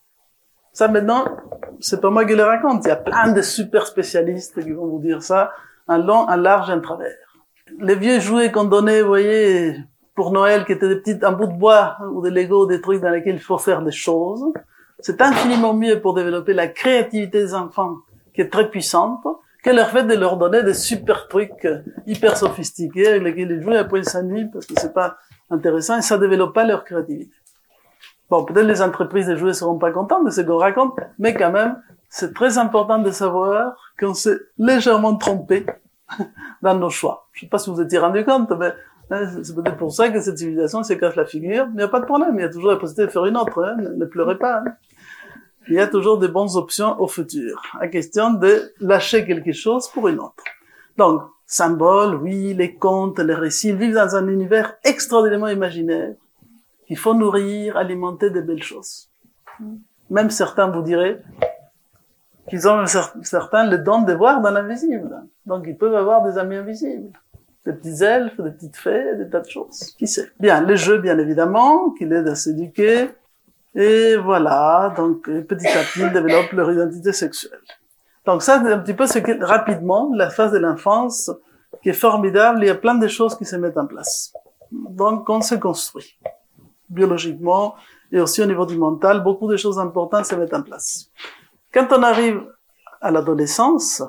Ça maintenant, c'est pas moi qui le raconte. Il y a plein de super spécialistes qui vont vous dire ça en long, en large et en travers. Les vieux jouets qu'on donnait, vous voyez, pour Noël, qui étaient des petits en bout de bois ou des Lego, des trucs dans lesquels il faut faire des choses, c'est infiniment mieux pour développer la créativité des enfants, qui est très puissante, que leur fait de leur donner des super trucs hyper sophistiqués avec lesquels ils jouent et après ils s'ennuient parce que c'est pas intéressant et ça développe pas leur créativité. Bon, peut-être les entreprises de jouets seront pas contentes de ce qu'on raconte, mais quand même, c'est très important de savoir qu'on s'est légèrement trompé dans nos choix. Je sais pas si vous vous étiez rendu compte, mais c'est peut-être pour ça que cette civilisation se casse la figure. Mais il n'y a pas de problème, il y a toujours la possibilité de faire une autre, hein. Ne pleurez pas. Hein. Il y a toujours des bonnes options au futur. La question de lâcher quelque chose pour une autre. Donc, symboles, oui, les contes, les récits, ils vivent dans un univers extraordinairement imaginaire qu'il faut nourrir, alimenter de belles choses. Même certains vous diraient qu'ils ont certains le don de voir dans l'invisible. Donc, ils peuvent avoir des amis invisibles. Des petits elfes, des petites fées, des tas de choses. Qui sait? Bien, les jeux, bien évidemment, qui l'aident à s'éduquer. Et voilà, donc petit à petit, ils développent leur identité sexuelle. Donc ça, c'est un petit peu ce que, rapidement, la phase de l'enfance, qui est formidable, il y a plein de choses qui se mettent en place. Donc on se construit, biologiquement, et aussi au niveau du mental, beaucoup de choses importantes se mettent en place. Quand on arrive à l'adolescence,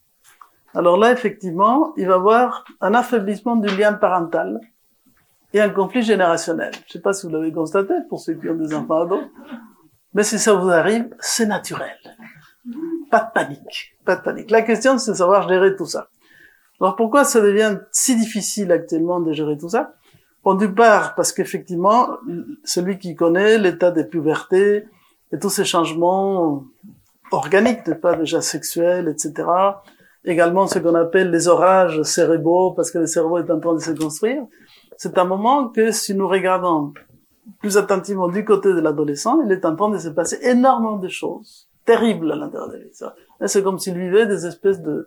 alors là, effectivement, il va y avoir un affaiblissement du lien parental, et un conflit générationnel. Je ne sais pas si vous l'avez constaté pour ceux qui ont des enfants ados, mais si ça vous arrive, c'est naturel. Pas de panique, pas de panique. La question, c'est de savoir gérer tout ça. Alors pourquoi ça devient si difficile actuellement de gérer tout ça? Bon, d'une part, parce qu'effectivement, celui qui connaît l'état des pubertés et tous ces changements organiques, n'est pas déjà sexuels, etc. Également ce qu'on appelle les orages cérébraux, parce que le cerveau est en train de se construire. C'est un moment que si nous regardons plus attentivement du côté de l'adolescent, il est en train de se passer énormément de choses terribles à l'intérieur de lui. C'est comme s'il vivait des espèces de,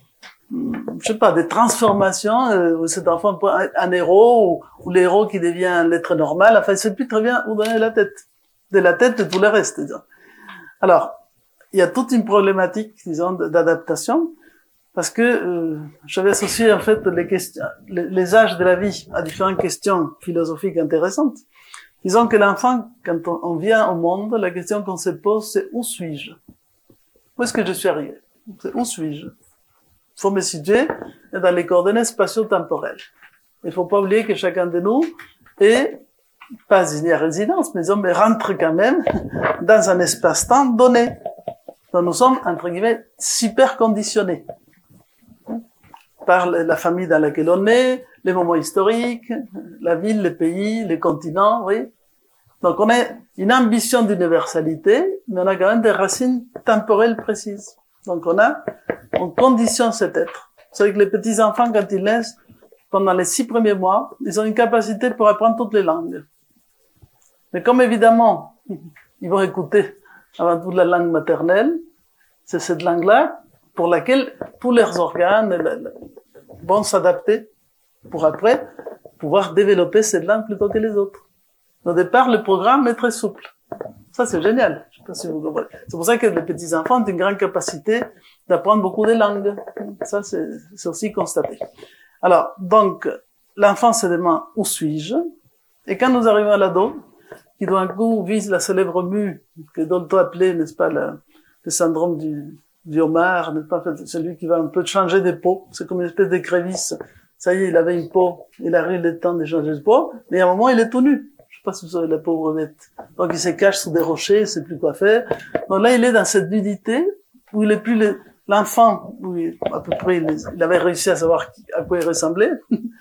je sais pas, des transformations, où cet enfant est un héros, ou l'héros qui devient l'être normal. Enfin, il sait plus très bien où donner la tête. De la tête de tout le reste, disons. Alors, il y a toute une problématique, disons, d'adaptation, parce que j'avais associé en fait les questions, les âges de la vie à différentes questions philosophiques intéressantes. Disons que l'enfant, quand on vient au monde, la question qu'on se pose, c'est où suis-je? Où est-ce que je suis arrivé? C'est où suis-je? Il faut me situer dans les coordonnées spatio-temporelles. Il faut pas oublier que chacun de nous est pas désigné à résidence, mais disons, mais rentre quand même dans un espace-temps donné. Donc nous sommes, entre guillemets, super conditionnés par la famille dans laquelle on est, les moments historiques, la ville, les pays, les continents, oui. Donc on a une ambition d'universalité, mais on a quand même des racines temporelles précises. Donc on conditionne cet être. Vous savez que les petits enfants, quand ils naissent, pendant les 6 premiers mois, ils ont une capacité pour apprendre toutes les langues. Mais comme évidemment, ils vont écouter avant tout la langue maternelle, c'est cette langue-là pour laquelle tous leurs organes vont s'adapter pour après pouvoir développer cette langue plutôt que les autres. Au départ, le programme est très souple. Ça, c'est génial. Je sais pas si vous comprenez. C'est pour ça que les petits enfants ont une grande capacité d'apprendre beaucoup de langues. Ça, c'est aussi constaté. Alors, donc, l'enfant se demande où suis-je? Et quand nous arrivons à l'ado, qui d'un coup vise la célèbre mue que Dolto appelait, n'est-ce pas, le syndrome du homard, n'est-ce pas, celui qui va un peu changer de peau. C'est comme une espèce de crévice. Ça y est, il avait une peau, il arrive le temps de changer de peau, mais à un moment, il est tout nu. Je sais pas si vous savez la pauvre bête. Donc, il se cache sous des rochers, il sait plus quoi faire. Donc là, il est dans cette nudité, où il est plus l'enfant, où à peu près, il avait réussi à savoir à quoi il ressemblait.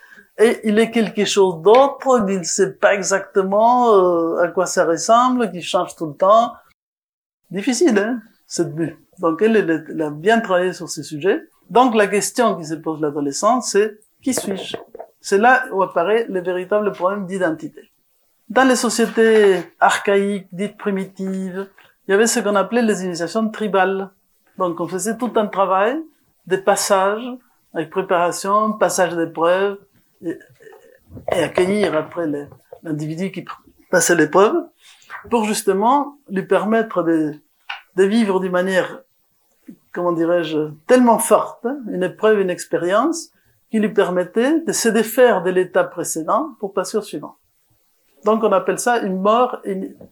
Et il est quelque chose d'autre, il ne sait pas exactement à quoi ça ressemble, qui change tout le temps. Difficile, hein, cette vue. Donc elle a bien travaillé sur ces sujets. Donc la question qui se pose l'adolescent, c'est qui suis-je? C'est là où apparaît le véritable problème d'identité. Dans les sociétés archaïques, dites primitives, il y avait ce qu'on appelait les initiations tribales. Donc on faisait tout un travail, des passages, avec préparation, passage d'épreuves, et accueillir après l'individu qui passait l'épreuve, pour justement lui permettre de vivre d'une manière, comment dirais-je, tellement forte, une épreuve, une expérience, qui lui permettait de se défaire de l'état précédent pour passer au suivant. Donc on appelle ça une mort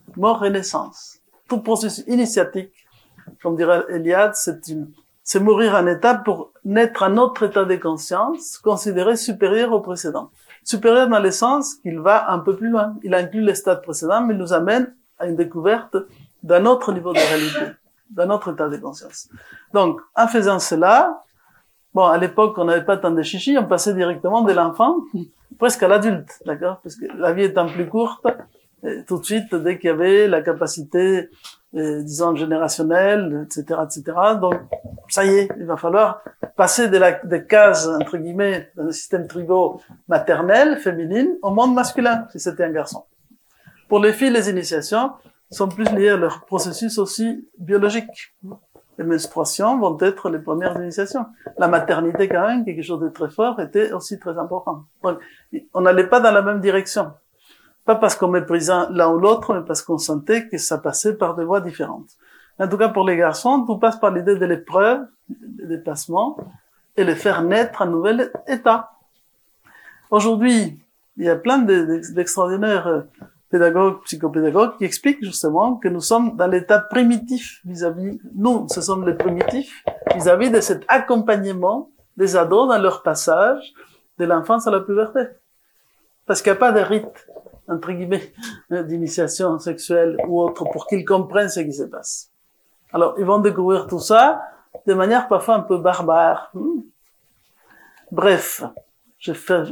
et naissance. Tout processus initiatique, comme dirait Eliade, c'est mourir en étape pour naître un autre état de conscience, considéré supérieur au précédent. Supérieur dans le sens qu'il va un peu plus loin. Il inclut les stades précédents, mais il nous amène à une découverte d'un autre niveau de réalité, d'un autre état de conscience. Donc, en faisant cela, bon, à l'époque, on n'avait pas tant de chichis, on passait directement de l'enfant presque à l'adulte, d'accord? Parce que la vie étant plus courte, tout de suite, dès qu'il y avait la capacité, disons, générationnelle, etc., etc., donc, ça y est, il va falloir passer des cases, entre guillemets, dans le système tribaux maternel, féminine, au monde masculin, si c'était un garçon. Pour les filles, les initiations sont plus liées à leur processus aussi biologique. Les menstruations vont être les premières initiations. La maternité, quand même, quelque chose de très fort, était aussi très important. Donc, on n'allait pas dans la même direction. Pas parce qu'on méprisait l'un ou l'autre, mais parce qu'on sentait que ça passait par des voies différentes. En tout cas, pour les garçons, tout passe par l'idée de l'épreuve, des déplacements, et les faire naître un nouvel état. Aujourd'hui, il y a plein d'extraordinaires pédagogues, psychopédagogues qui expliquent justement que nous sommes dans l'état primitif vis-à-vis, nous, ce sommes les primitifs vis-à-vis de cet accompagnement des ados dans leur passage de l'enfance à la puberté. Parce qu'il n'y a pas de rite, entre guillemets, d'initiation sexuelle ou autre pour qu'ils comprennent ce qui se passe. Alors, ils vont découvrir tout ça de manière parfois un peu barbare. Bref, je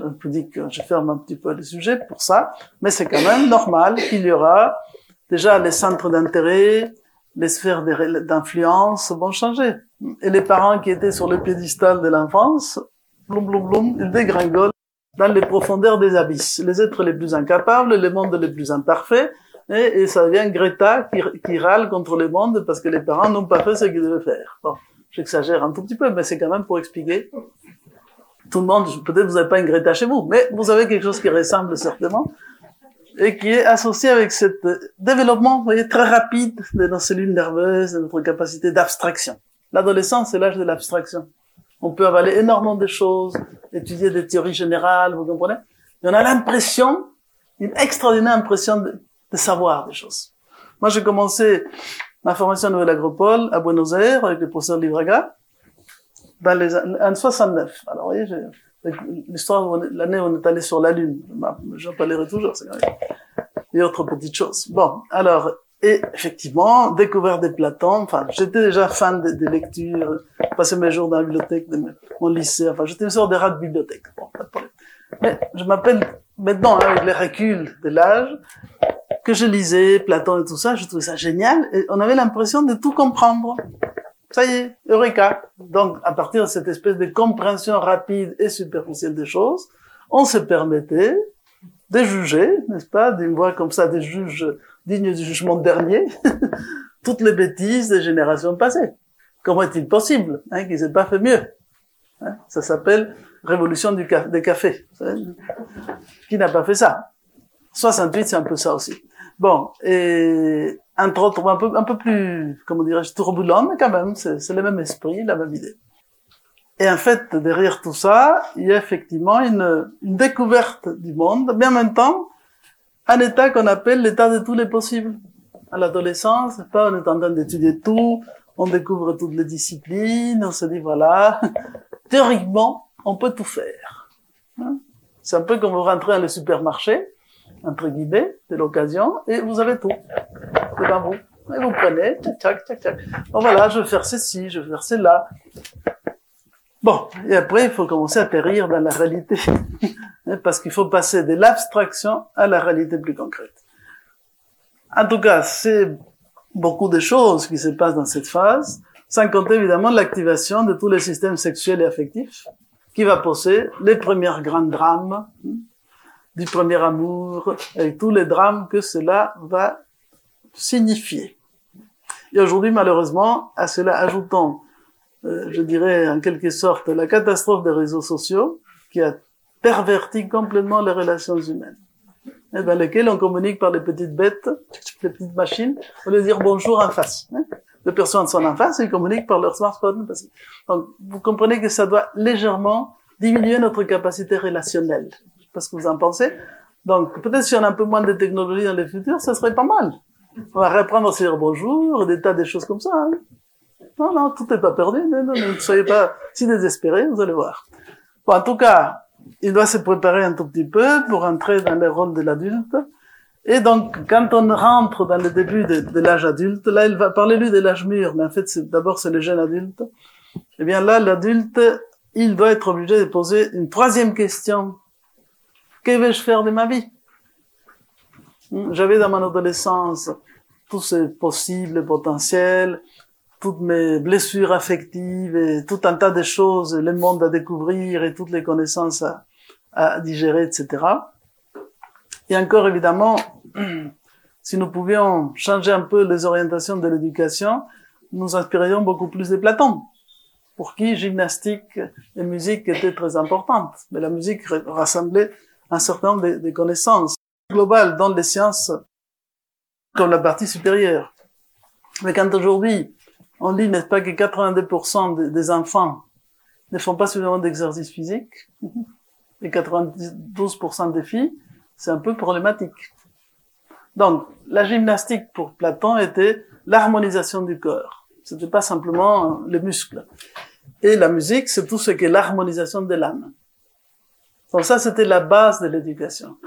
ferme un petit peu le sujet pour ça, mais c'est quand même normal qu'il y aura déjà les centres d'intérêt, les sphères d'influence vont changer. Et les parents qui étaient sur le piédestal de l'enfance, bloum, bloum, bloum, ils dégringolent dans les profondeurs des abysses. Les êtres les plus incapables, les mondes les plus imparfaits, et ça devient Greta qui râle contre le monde parce que les parents n'ont pas fait ce qu'ils devaient faire. Bon, j'exagère un tout petit peu, mais c'est quand même pour expliquer. Tout le monde, peut-être vous n'avez pas une Greta chez vous, mais vous avez quelque chose qui ressemble certainement, et qui est associé avec ce développement, vous voyez, très rapide de nos cellules nerveuses, de notre capacité d'abstraction. L'adolescence, c'est l'âge de l'abstraction. On peut avaler énormément de choses, étudier des théories générales, vous comprenez? Et on a l'impression, une extraordinaire impression de savoir des choses. Moi, j'ai commencé ma formation à Nouvelle Agropole, à Buenos Aires, avec le professeur Livraga, dans les années 69. Alors, vous voyez, l'histoire, l'année où on est allé sur la Lune. J'en parlerai toujours, c'est quand même. Et autres petites choses. Bon, alors, et effectivement, découvert des Platon, enfin, j'étais déjà fan des lectures, passais mes jours dans la bibliothèque de mon lycée, enfin, j'étais une sorte de rat de bibliothèque. Bon, pas de problème. Mais je m'appelle maintenant, avec les reculs de l'âge, que je lisais Platon et tout ça, je trouvais ça génial, et on avait l'impression de tout comprendre. Ça y est, Eureka. Donc, à partir de cette espèce de compréhension rapide et superficielle des choses, on se permettait de juger, n'est-ce pas, d'une voix comme ça, des juges dignes du jugement dernier, toutes les bêtises des générations passées. Comment est-il possible, qu'ils aient pas fait mieux? Ça s'appelle révolution des cafés. Qui n'a pas fait ça? 68, c'est un peu ça aussi. Bon, et entre autres, un peu plus, comment dirais-je, turbulent, mais quand même, c'est le même esprit, la même idée. Et en fait, derrière tout ça, il y a effectivement une découverte du monde, mais en même temps, un état qu'on appelle l'état de tous les possibles. À l'adolescence, on est en train d'étudier tout, on découvre toutes les disciplines, on se dit voilà, théoriquement, on peut tout faire. C'est un peu comme vous rentrez dans le supermarché, entre guillemets, de l'occasion, et vous avez tout. Devant vous. Et vous prenez, tchac, tchac, tchac. Bon voilà, je vais faire ceci, je vais faire cela. Bon, et après, il faut commencer à périr dans la réalité. Parce qu'il faut passer de l'abstraction à la réalité plus concrète. En tout cas, c'est beaucoup de choses qui se passent dans cette phase, sans compter évidemment l'activation de tous les systèmes sexuels et affectifs, qui va poser les premiers grands drames, du premier amour, avec tous les drames que cela va signifier. Et aujourd'hui, malheureusement, à cela ajoutons, je dirais en quelque sorte, la catastrophe des réseaux sociaux, qui a perverti complètement les relations humaines, et dans lesquelles on communique par les petites bêtes, les petites machines, au lieu de dire bonjour en face. Les personnes sont en face et ils communiquent par leur smartphone. Donc, vous comprenez que ça doit légèrement diminuer notre capacité relationnelle. Je sais pas ce que vous en pensez. Donc, peut-être si on a un peu moins de technologie dans le futur, ça serait pas mal. On va reprendre à se dire bonjour, des tas de choses comme ça. Non, tout n'est pas perdu. Ne soyez pas si désespérés, vous allez voir. Bon, en tout cas, il doit se préparer un tout petit peu pour entrer dans le rôle de l'adulte. Et donc, quand on rentre dans le début de l'âge adulte, là, il va parler lui de l'âge mûr, mais en fait, d'abord, c'est le jeune adulte. Eh bien, là, l'adulte, il doit être obligé de poser une troisième question. Que vais-je faire de ma vie? J'avais dans mon adolescence tous ces possibles potentiels, toutes mes blessures affectives et tout un tas de choses, le monde à découvrir et toutes les connaissances à digérer, etc. Et encore évidemment, si nous pouvions changer un peu les orientations de l'éducation, nous inspirions beaucoup plus de Platon, pour qui gymnastique et musique étaient très importantes. Mais la musique rassemblait un certain nombre de connaissances globales dans les sciences comme la partie supérieure. Mais quand aujourd'hui, on dit, n'est-ce pas, que 82% des enfants ne font pas suffisamment d'exercice physique, et 92% des filles, c'est un peu problématique. Donc, la gymnastique pour Platon était l'harmonisation du corps. C'était pas simplement les muscles. Et la musique, c'est tout ce qui est l'harmonisation de l'âme. Donc ça, c'était la base de l'éducation.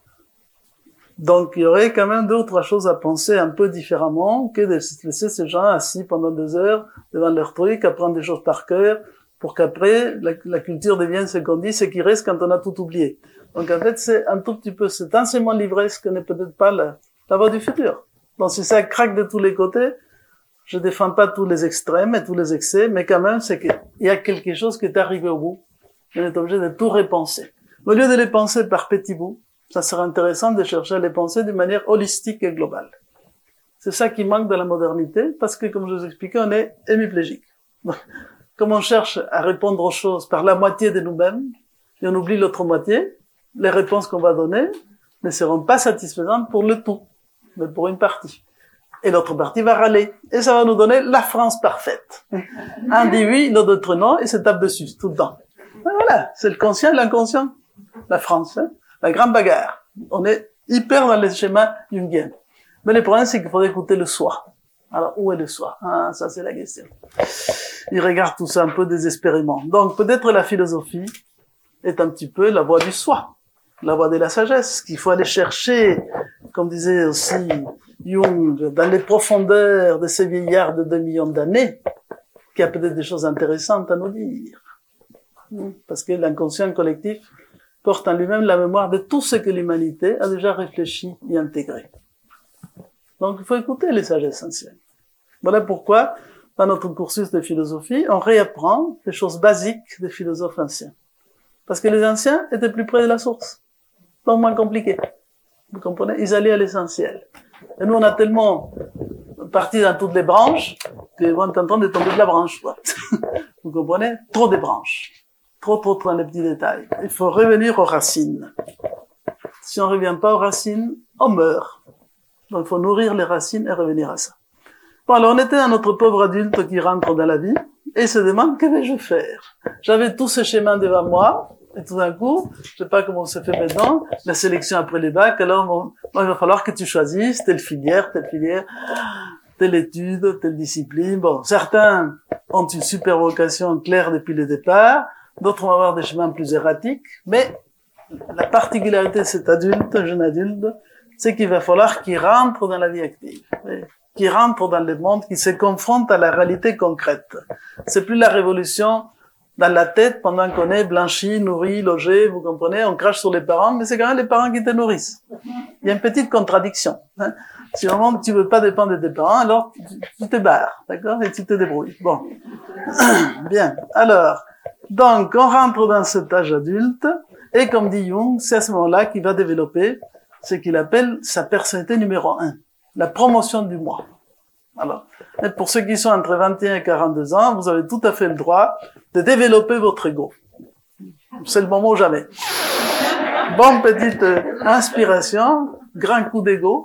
Donc, il y aurait quand même deux ou trois choses à penser un peu différemment que de laisser ces gens assis pendant 2 heures devant leur truc, apprendre des choses par cœur, pour qu'après, la culture devienne ce qu'on dit, ce qui reste quand on a tout oublié. Donc en fait, c'est un tout petit peu cet enseignement livresque n'est peut-être pas la voie du futur. Donc si ça craque de tous les côtés, je défends pas tous les extrêmes et tous les excès, mais quand même, c'est qu'il y a quelque chose qui est arrivé au bout. On est obligé de tout repenser. Au lieu de les penser par petits bouts, ça serait intéressant de chercher à les penser d'une manière holistique et globale. C'est ça qui manque de la modernité, parce que, comme je vous expliquais, on est hémiplégique. Comme on cherche à répondre aux choses par la moitié de nous-mêmes, et on oublie l'autre moitié, les réponses qu'on va donner ne seront pas satisfaisantes pour le tout, mais pour une partie. Et l'autre partie va râler. Et ça va nous donner la France parfaite. Un dit oui, l'autre non, et se tape dessus, tout le temps. Et voilà, c'est le conscient et l'inconscient. La France, hein, la grande bagarre. On est hyper dans les schémas jungiens. Mais le problème, c'est qu'il faudrait écouter le soi. Alors, où est le soi? Ah, ça, c'est la question. Il regarde tout ça un peu désespérément. Donc, peut-être la philosophie est un petit peu la voie du soi, la voie de la sagesse, qu'il faut aller chercher, comme disait aussi Jung, dans les profondeurs de ces vieillards de 2 millions d'années, qui a peut-être des choses intéressantes à nous dire. Parce que l'inconscient collectif porte en lui-même la mémoire de tout ce que l'humanité a déjà réfléchi et intégré. Donc, il faut écouter les sagesses anciennes. Voilà pourquoi, dans notre cursus de philosophie, on réapprend les choses basiques des philosophes anciens. Parce que les anciens étaient plus près de la source. Donc, moins compliqués. Vous comprenez? Ils allaient à l'essentiel. Et nous, on a tellement parti dans toutes les branches qu'on est en train de tomber de la branche, quoi. Vous comprenez? Trop de branches. Trop dans les petits détails. Il faut revenir aux racines. Si on revient pas aux racines, on meurt. Donc, il faut nourrir les racines et revenir à ça. Bon, alors, on était un autre pauvre adulte qui rentre dans la vie et se demande, que vais-je faire? J'avais tous ces schémas devant moi, et tout d'un coup, je sais pas comment ça fait maintenant, la sélection après les bacs, alors, bon, il va falloir que tu choisisses telle filière, telle étude, telle discipline. Bon, certains ont une super vocation claire depuis le départ, d'autres vont avoir des chemins plus erratiques, mais la particularité de cet adulte, jeune adulte, c'est qu'il va falloir qu'il rentre dans la vie active, qu'il rentre dans le monde, qu'il se confronte à la réalité concrète. C'est plus la révolution dans la tête pendant qu'on est blanchi, nourri, logé, vous comprenez, on crache sur les parents, mais c'est quand même les parents qui te nourrissent. Il y a une petite contradiction. Hein. Si au moment où tu veux pas dépendre de tes parents, alors tu te barres, d'accord, et tu te débrouilles. Bon. Bien. Alors, donc, on rentre dans cet âge adulte, et comme dit Jung, c'est à ce moment-là qu'il va développer ce qu'il appelle sa personnalité numéro 1, la promotion du moi. Alors, pour ceux qui sont entre 21 et 42 ans, vous avez tout à fait le droit de développer votre ego. C'est le moment ou jamais. Bonne petite inspiration, grand coup d'ego,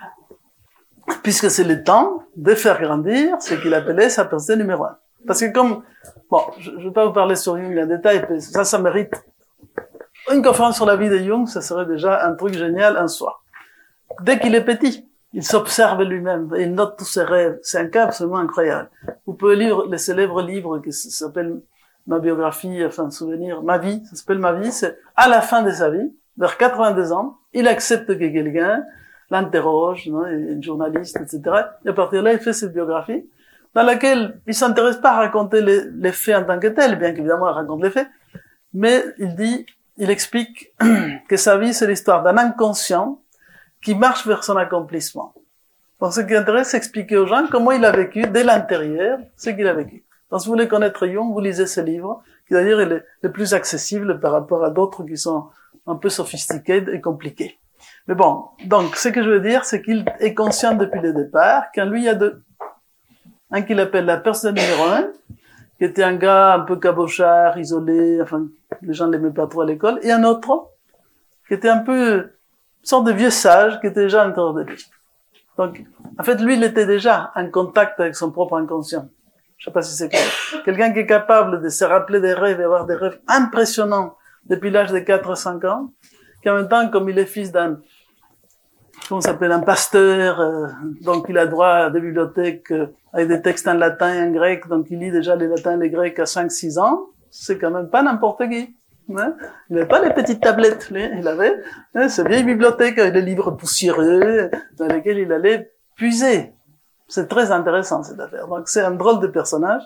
puisque c'est le temps de faire grandir ce qu'il appelait sa personnalité numéro 1. Parce que comme, bon, je ne vais pas vous parler sur Jung en détail, ça mérite une conférence sur la vie de Jung, ça serait déjà un truc génial en soi. Dès qu'il est petit, il s'observe lui-même, il note tous ses rêves. C'est un cas absolument incroyable. Vous pouvez lire le célèbre livre qui s'appelle Ma biographie, enfin, souvenir, Ma vie, ça s'appelle Ma vie, c'est à la fin de sa vie, vers 82 ans, il accepte que quelqu'un l'interroge, une journaliste, etc. Et à partir de là, il fait cette biographie, dans laquelle il s'intéresse pas à raconter les faits en tant que tels, bien qu'évidemment il raconte les faits, mais il explique que sa vie, c'est l'histoire d'un inconscient qui marche vers son accomplissement. Donc, ce qui intéresse, c'est expliquer aux gens comment il a vécu, dès l'intérieur, ce qu'il a vécu. Donc, si vous voulez connaître Jung, vous lisez ce livre, qui d'ailleurs est le plus accessible par rapport à d'autres qui sont un peu sophistiqués et compliqués. Mais bon, donc, ce que je veux dire, c'est qu'il est conscient depuis le départ qu'en lui, il y a deux. Un qu'il appelle la personne numéro 1, qui était un gars un peu cabochard, isolé, enfin, les gens ne l'aimaient pas trop à l'école, et un autre, qui était un peu une sorte de vieux sage, qui était déjà à l'intérieur de lui. Donc, en fait, lui, il était déjà en contact avec son propre inconscient. Je sais pas si c'est clair. Quelqu'un qui est capable de se rappeler des rêves et avoir des rêves impressionnants depuis l'âge de 4-5 ans, qui en même temps, comme il est fils d'un, comment ça s'appelle, un pasteur, donc il a droit à des bibliothèques avec des textes en latin et en grec, donc il lit déjà les latins et les grecs à 5-6 ans, c'est quand même pas n'importe qui. Hein? Il n'avait pas les petites tablettes, il avait ces vieilles bibliothèques avec des livres poussiéreux dans lesquels il allait puiser. C'est très intéressant cette affaire. Donc c'est un drôle de personnage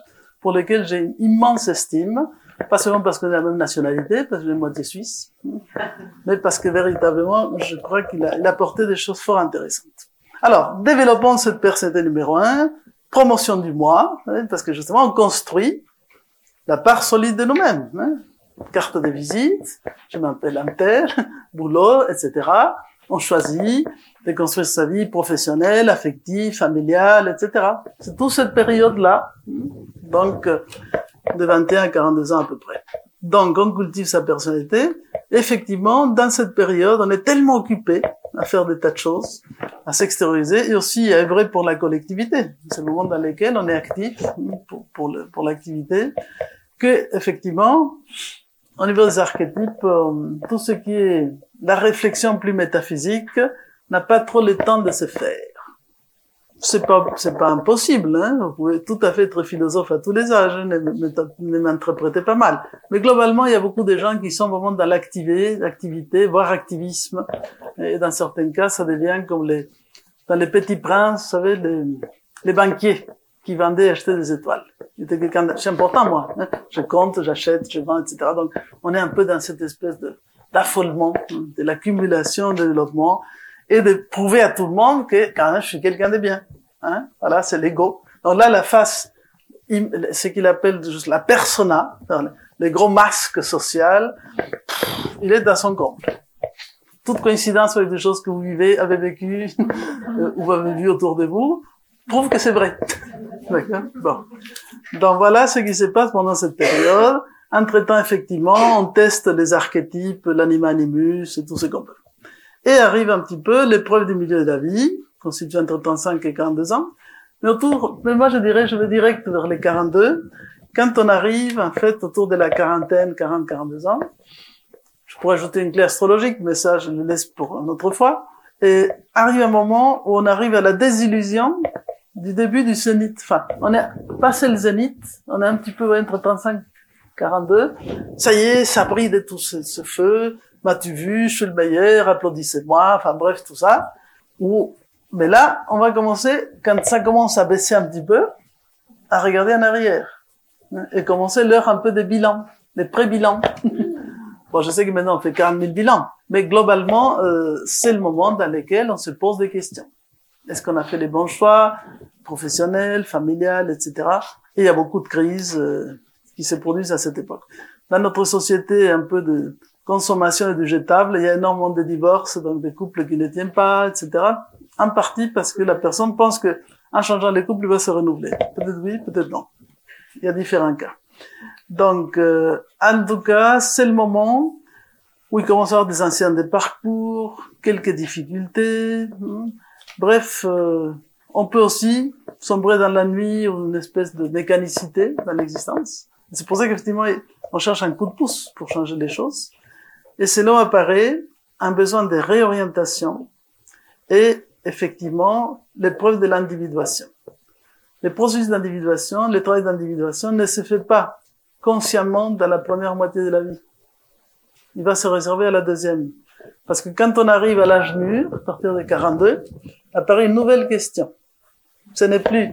pour lesquels j'ai une immense estime, pas seulement parce qu'on a la même nationalité, parce que j'ai moitié suisse, mais parce que véritablement, je crois qu'il a apporté des choses fort intéressantes. Alors, développons cette personnalité numéro 1, promotion du moi, parce que justement, on construit la part solide de nous-mêmes. Carte de visite, je m'appelle un tel, boulot, etc. On choisit de construire sa vie professionnelle, affective, familiale, etc. C'est toute cette période-là, donc de 21 à 42 ans à peu près. Donc, on cultive sa personnalité. Effectivement, dans cette période, on est tellement occupé à faire des tas de choses, à s'extérioriser et aussi à œuvrer pour la collectivité. C'est le moment dans lequel on est actif pour l'activité, que effectivement, au niveau des archétypes, tout ce qui est la réflexion plus métaphysique n'a pas trop le temps de se faire. C'est pas impossible, hein. Vous pouvez tout à fait être philosophe à tous les âges, ne m'interprétez pas mal. Mais globalement, il y a beaucoup de gens qui sont vraiment dans l'activité, voire activisme. Et dans certains cas, ça devient comme dans les Petits Princes, vous savez, les banquiers qui vendaient et achetaient des étoiles. C'est important, moi, hein. Je compte, j'achète, je vends, etc. Donc, on est un peu dans cette espèce d'affolement, de l'accumulation, de développement, et de prouver à tout le monde que, quand même, je suis quelqu'un de bien. Hein? Voilà, c'est l'ego. Donc là, la face, ce qu'il appelle juste la persona, le gros masque social, il est dans son compte. Toute coïncidence avec des choses que vous avez vécues, ou vous avez vues autour de vous, prouve que c'est vrai. D'accord? Bon. Donc voilà ce qui se passe pendant cette période. Entre-temps, effectivement, on teste les archétypes, l'anima animus, et tout ce qu'on peut. Et arrive un petit peu l'épreuve du milieu de la vie, constituée entre 35 et 42 ans. Mais moi je vais direct vers les 42. Quand on arrive, en fait, autour de la quarantaine, 42 ans, je pourrais ajouter une clé astrologique, mais ça, je le laisse pour une autre fois. Et arrive un moment où on arrive à la désillusion du début du zénith. Enfin, on est passé le zénith, on est un petit peu entre 35 42. Ça y est, ça brille de tout ce feu. M'as-tu vu, je suis le meilleur, applaudissez-moi, enfin bref, tout ça. Mais là, on va commencer, quand ça commence à baisser un petit peu, à regarder en arrière. Et commencer l'heure un peu des bilans, des pré-bilans. Bon, je sais que maintenant on fait 40 000 bilans, mais globalement, c'est le moment dans lequel on se pose des questions. Est-ce qu'on a fait les bons choix, professionnels, familiales, etc. Et il y a beaucoup de crises qui se produisent à cette époque. Dans notre société, un peu de consommation et de jetable, il y a énormément de divorces, donc des couples qui ne tiennent pas, etc. En partie parce que la personne pense que en changeant les couples, il va se renouveler. Peut-être oui, peut-être non. Il y a différents cas. Donc, en tout cas, c'est le moment où il commence à avoir des anciens de parcours, quelques difficultés. Bref, on peut aussi sombrer dans la nuit ou une espèce de mécanicité dans l'existence. C'est pour ça qu'effectivement, on cherche un coup de pouce pour changer les choses. Et c'est là où apparaît un besoin de réorientation et effectivement l'épreuve de l'individuation. Le processus d'individuation, le travail d'individuation ne se fait pas consciemment dans la première moitié de la vie. Il va se réserver à la deuxième. Parce que quand on arrive à l'âge mûr, à partir de 42, apparaît une nouvelle question. Ce n'est plus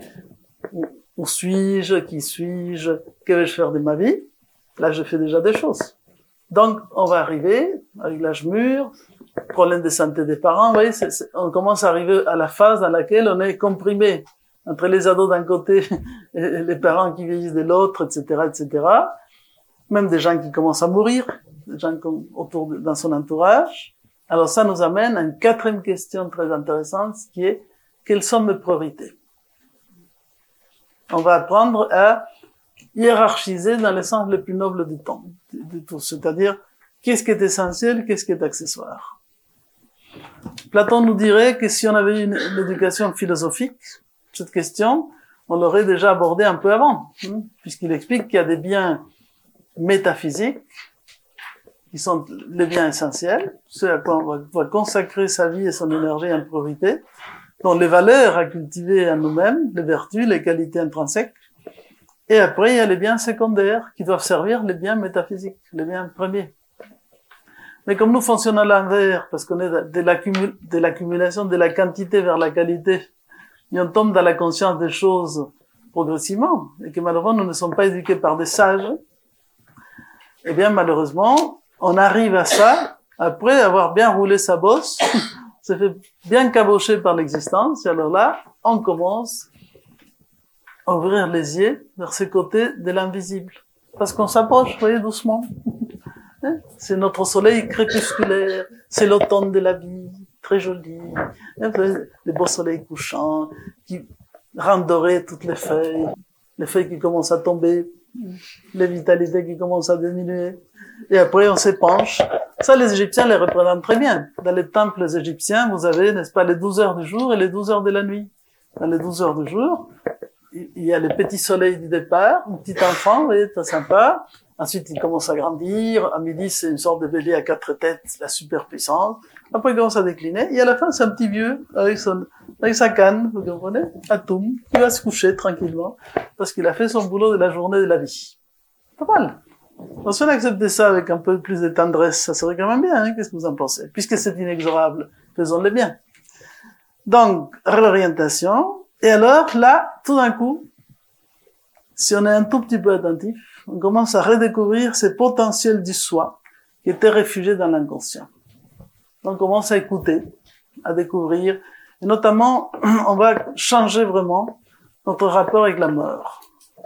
où suis-je, qui suis-je, que vais-je faire de ma vie? Là, je fais déjà des choses. Donc, on va arriver, avec l'âge mûr, problème de santé des parents, vous voyez, on commence à arriver à la phase dans laquelle on est comprimé entre les ados d'un côté et les parents qui vieillissent de l'autre, etc., etc. Même des gens qui commencent à mourir, des gens dans son entourage. Alors ça nous amène à une quatrième question très intéressante, qui est, quelles sont mes priorités? On va apprendre à hiérarchiser dans le sens le plus noble du temps, du tout. C'est-à-dire, qu'est-ce qui est essentiel, qu'est-ce qui est accessoire. Platon nous dirait que si on avait eu une éducation philosophique, cette question, on l'aurait déjà abordée un peu avant, puisqu'il explique qu'il y a des biens métaphysiques qui sont les biens essentiels, ceux à quoi on va consacrer sa vie et son énergie en priorité, dont les valeurs à cultiver en nous-mêmes, les vertus, les qualités intrinsèques. Et après, il y a les biens secondaires qui doivent servir les biens métaphysiques, les biens premiers. Mais comme nous fonctionnons à l'envers, parce qu'on est de l'accumulation de la quantité vers la qualité, et on tombe dans la conscience des choses progressivement, et que malheureusement nous ne sommes pas éduqués par des sages, eh bien malheureusement, on arrive à ça après avoir bien roulé sa bosse, s'est fait bien cabocher par l'existence, et alors là, on commence à ouvrir les yeux vers ce côté de l'invisible. Parce qu'on s'approche, vous voyez, doucement. C'est notre soleil crépusculaire, c'est l'automne de la vie, très joli. Les beaux soleils couchants qui rendent dorées toutes les feuilles qui commencent à tomber, les vitalités qui commencent à diminuer. Et après, on s'épanche. Ça, les Égyptiens les représentent très bien. Dans les temples égyptiens, vous avez, n'est-ce pas, les 12 heures du jour et les 12 heures de la nuit. Dans les 12 heures du jour, il y a le petit soleil du départ, un petit enfant, vous voyez, très sympa. Ensuite, il commence à grandir. À midi, c'est une sorte de bélier à 4 têtes, la superpuissance. Après, il commence à décliner. Et à la fin, c'est un petit vieux avec sa canne, vous comprenez, Atoum, qui va se coucher tranquillement parce qu'il a fait son boulot de la journée de la vie. Pas mal. Donc, si on acceptait ça avec un peu plus de tendresse, ça serait quand même bien, hein. Qu'est-ce que vous en pensez? Puisque c'est inexorable, faisons-le bien. Donc, réorientation. Et alors, là, tout d'un coup, si on est un tout petit peu attentif, on commence à redécouvrir ces potentiels du soi qui étaient réfugiés dans l'inconscient. Donc, on commence à écouter, à découvrir, et notamment, on va changer vraiment notre rapport avec la mort.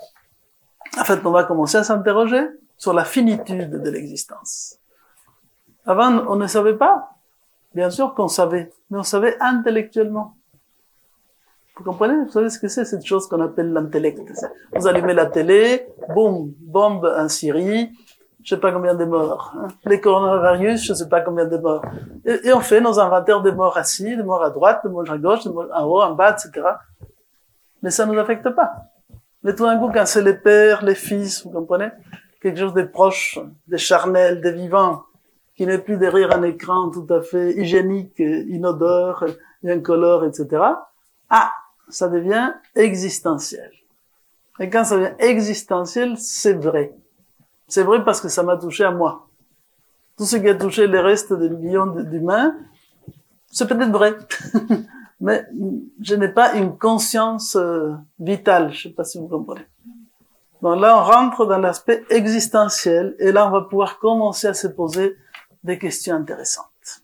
En fait, on va commencer à s'interroger sur la finitude de l'existence. Avant, on ne savait pas. Bien sûr qu'on savait, mais on savait intellectuellement. Vous comprenez? Vous savez ce que c'est, cette chose qu'on appelle l'intellect. Vous allumez la télé, boum, bombe en Syrie, je sais pas combien de morts. Hein. Les coronavirus, je sais pas combien de morts. Et on fait nos inventaires de morts assis, de morts à droite, de morts à gauche, de morts en haut, en bas, etc. Mais ça nous affecte pas. Mais tout d'un coup, quand c'est les pères, les fils, vous comprenez? Quelque chose de proche, de charnel, de vivant, qui n'est plus derrière un écran tout à fait hygiénique, inodore, incolore, etc. Ah, ça devient existentiel. Et quand ça devient existentiel, c'est vrai. C'est vrai parce que ça m'a touché à moi. Tout ce qui a touché les restes des millions d'humains, c'est peut-être vrai. Mais je n'ai pas une conscience vitale. Je sais pas si vous comprenez. Donc là, on rentre dans l'aspect existentiel et là, on va pouvoir commencer à se poser des questions intéressantes.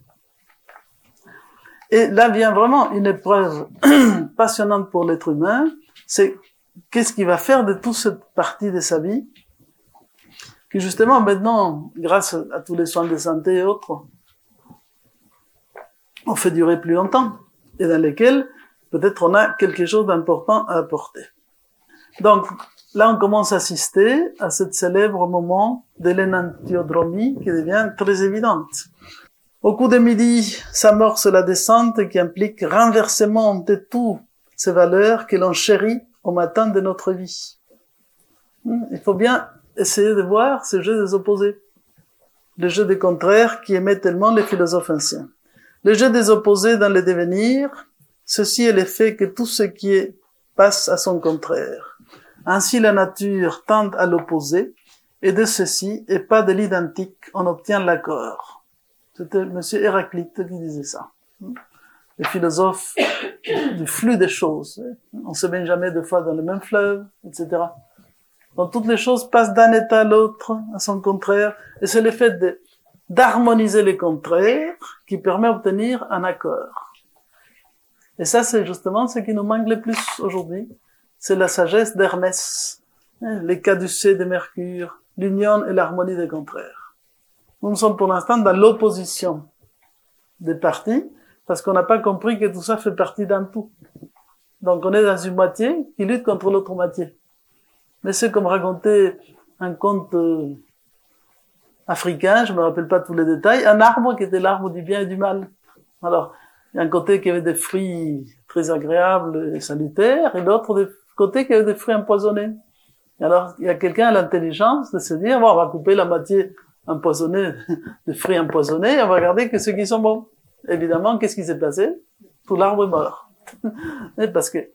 Et là vient vraiment une épreuve passionnante pour l'être humain, c'est qu'est-ce qu'il va faire de toute cette partie de sa vie, qui justement maintenant, grâce à tous les soins de santé et autres, on fait durer plus longtemps, et dans lesquels peut-être on a quelque chose d'important à apporter. Donc là on commence à assister à ce célèbre moment de l'énantiodromie qui devient très évidente. Au coup de midi, s'amorce la descente qui implique renversement de toutes ces valeurs que l'on chérit au matin de notre vie. Il faut bien essayer de voir ce jeu des opposés. Le jeu des contraires qui aimait tellement les philosophes anciens. Le jeu des opposés dans le devenir, ceci est l'effet que tout ce qui est passe à son contraire. Ainsi la nature tend à l'opposé, et de ceci, et pas de l'identique, on obtient l'accord. C'était monsieur Héraclite qui disait ça. Le philosophe du flux des choses. On se baigne jamais deux fois dans le même fleuve, etc. Donc toutes les choses passent d'un état à l'autre, à son contraire, et c'est le fait d'harmoniser les contraires qui permet d'obtenir un accord. Et ça, c'est justement ce qui nous manque le plus aujourd'hui. C'est la sagesse d'Hermès, les caducées de Mercure, l'union et l'harmonie des contraires. Nous sommes pour l'instant dans l'opposition des parties, parce qu'on n'a pas compris que tout ça fait partie d'un tout. Donc on est dans une moitié qui lutte contre l'autre moitié. Mais c'est comme raconter un conte africain, je me rappelle pas tous les détails, un arbre qui était l'arbre du bien et du mal. Alors, il y a un côté qui avait des fruits très agréables et salutaires, et l'autre côté qui avait des fruits empoisonnés. Et alors, il y a quelqu'un à l'intelligence de se dire, bon, on va couper la moitié empoisonnée, des fruits empoisonnés, et on va regarder que ceux qui sont bons. Évidemment, qu'est-ce qui s'est passé? Tout l'arbre est mort. Parce que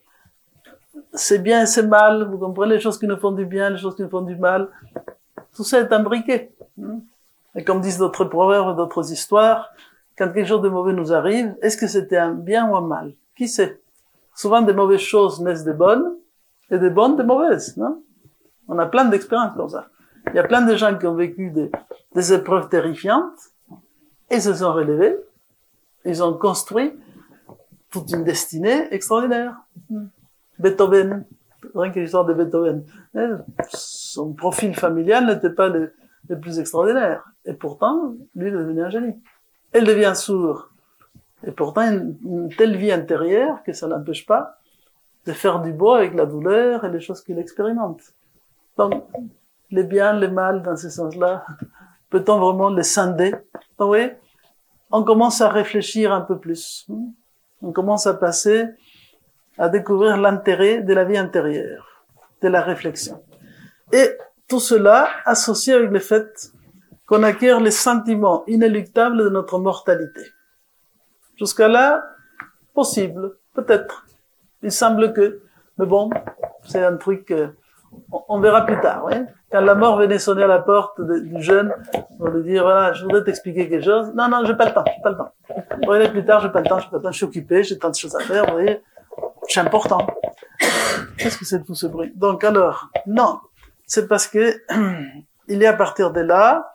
c'est bien et c'est mal, vous comprenez, les choses qui nous font du bien, les choses qui nous font du mal, tout ça est imbriqué. Et comme disent d'autres proverbes, d'autres histoires, quand quelque chose de mauvais nous arrive, est-ce que c'était un bien ou un mal? Qui sait? Souvent des mauvaises choses naissent de bonnes, Et des bonnes, des mauvaises, non? On a plein d'expériences comme ça. Il y a plein de gens qui ont vécu des épreuves terrifiantes et se sont relevés. Ils ont construit toute une destinée extraordinaire. Beethoven, rien que l'histoire de Beethoven. Son profil familial n'était pas le plus extraordinaire. Et pourtant, lui, il est devenu un génie. Elle devient sourd. Et pourtant, une telle vie intérieure que ça n'empêche pas de faire du beau avec la douleur et les choses qu'il expérimente. Donc, les biens, les mal, dans ce sens-là, peut-on vraiment les scinder? Donc, oui, on commence à réfléchir un peu plus. On commence à passer à découvrir l'intérêt de la vie intérieure, de la réflexion. Et tout cela associé avec le fait qu'on acquiert les sentiments inéluctables de notre mortalité. Jusqu'à là, possible, peut-être. Il semble que, mais bon, c'est un truc, on verra plus tard, oui. Quand la mort venait sonner à la porte du jeune, on lui dire, voilà, je voudrais t'expliquer quelque chose. Non, j'ai pas le temps. Vous voyez, plus tard, j'ai pas le temps, je suis occupé, j'ai tant de choses à faire, vous voyez. C'est important. Qu'est-ce que c'est tout ce bruit? Donc alors, non. C'est parce que, il y a à partir de là,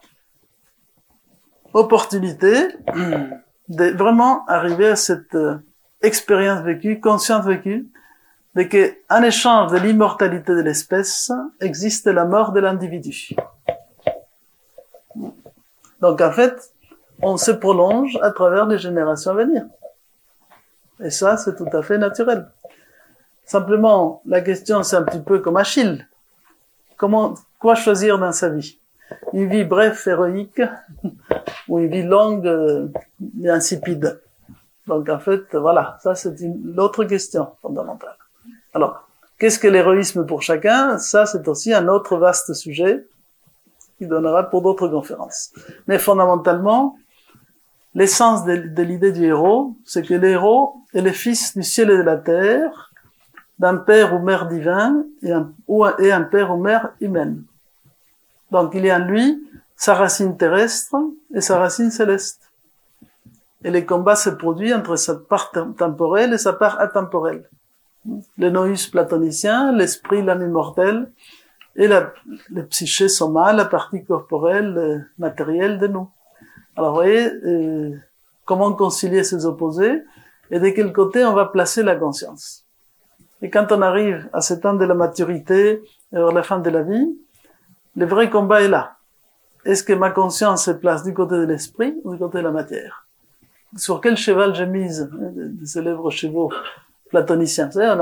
opportunité de vraiment arriver à cette expérience vécue, conscience vécue, de que, en échange de l'immortalité de l'espèce, existe la mort de l'individu. Donc, en fait, on se prolonge à travers les générations à venir. Et ça, c'est tout à fait naturel. Simplement, la question, c'est un petit peu comme Achille. Quoi choisir dans sa vie? Une vie brève, héroïque, ou une vie longue, mais insipide. Donc, en fait, voilà. Ça, c'est l'autre question fondamentale. Alors, qu'est-ce que l'héroïsme pour chacun? Ça, c'est aussi un autre vaste sujet qui donnera pour d'autres conférences. Mais fondamentalement, l'essence de l'idée du héros, c'est que l'héros est le fils du ciel et de la terre, d'un père ou mère divin et un père ou mère humaine. Donc, il y a en lui sa racine terrestre et sa racine céleste. Et les combats se produisent entre sa part temporelle et sa part atemporelle. Le nous platonicien, l'esprit, l'âme immortelle, et le psyché soma, la partie corporelle, matérielle de nous. Alors, vous voyez, comment concilier ces opposés et de quel côté on va placer la conscience. Et quand on arrive à cet temps de la maturité, vers la fin de la vie, le vrai combat est là. Est-ce que ma conscience se place du côté de l'esprit ou du côté de la matière? Sur quel cheval j'ai mise, des célèbres chevaux platoniciens? Vous savez,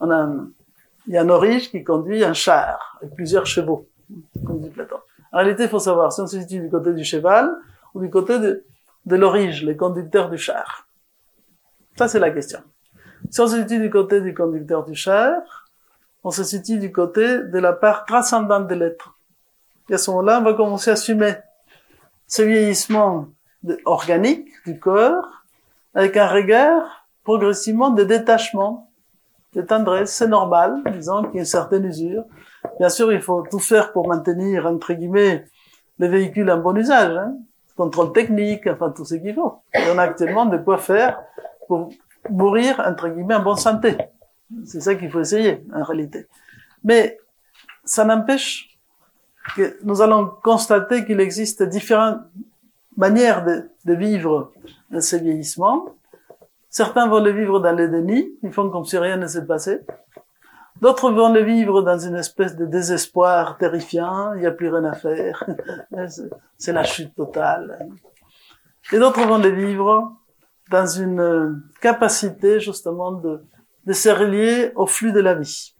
il y a un orige qui conduit un char, avec plusieurs chevaux, comme dit Platon. En réalité, il faut savoir si on se situe du côté du cheval ou du côté de l'orige, les conducteurs du char. Ça, c'est la question. Si on se situe du côté du conducteur du char, on se situe du côté de la part transcendante de l'être. Et à ce moment-là, on va commencer à assumer ce vieillissement organique du corps avec un regard progressivement de détachement, de tendresse. C'est normal, disons qu'il y a une certaine usure. Bien sûr, il faut tout faire pour maintenir, entre guillemets, les véhicules en bon usage, contrôle technique, enfin tout ce qu'il faut. Et on a actuellement de quoi faire pour mourir, entre guillemets, en bonne santé. C'est ça qu'il faut essayer, en réalité. Mais ça n'empêche que nous allons constater qu'il existe différentes manières de vivre ce vieillissement. Certains vont le vivre dans le déni, ils font comme si rien ne s'est passé. D'autres vont le vivre dans une espèce de désespoir terrifiant, il n'y a plus rien à faire, c'est la chute totale. Et d'autres vont le vivre dans une capacité justement de se relier au flux de la vie.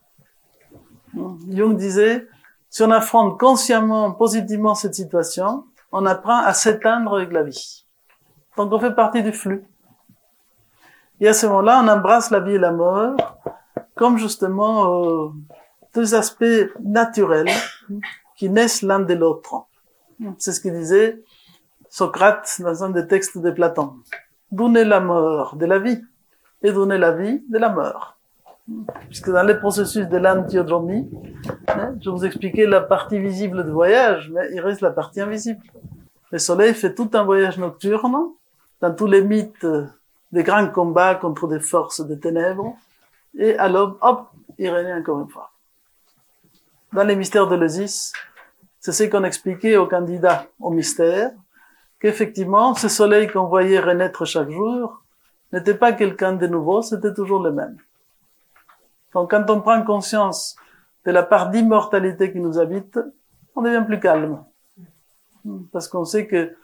Jung disait, si on affronte consciemment, positivement cette situation, on apprend à s'éteindre avec la vie. Donc on fait partie du flux. Et à ce moment-là, on embrasse la vie et la mort comme justement deux aspects naturels qui naissent l'un de l'autre. C'est ce que disait Socrate dans un des textes de Platon. D'où naît la mort de la vie et d'où naît la vie de la mort. Puisque dans les processus de l'antiodromie, je vous expliquais la partie visible du voyage, mais il reste la partie invisible. Le soleil fait tout un voyage nocturne dans tous les mythes des grands combats contre des forces des ténèbres, et à l'aube, hop, Irénée encore une fois. Dans les mystères de l'Eusis, c'est ce qu'on expliquait aux candidats au mystère, qu'effectivement, ce soleil qu'on voyait renaître chaque jour n'était pas quelqu'un de nouveau, c'était toujours le même. Donc quand on prend conscience de la part d'immortalité qui nous habite, on devient plus calme. Parce qu'on sait que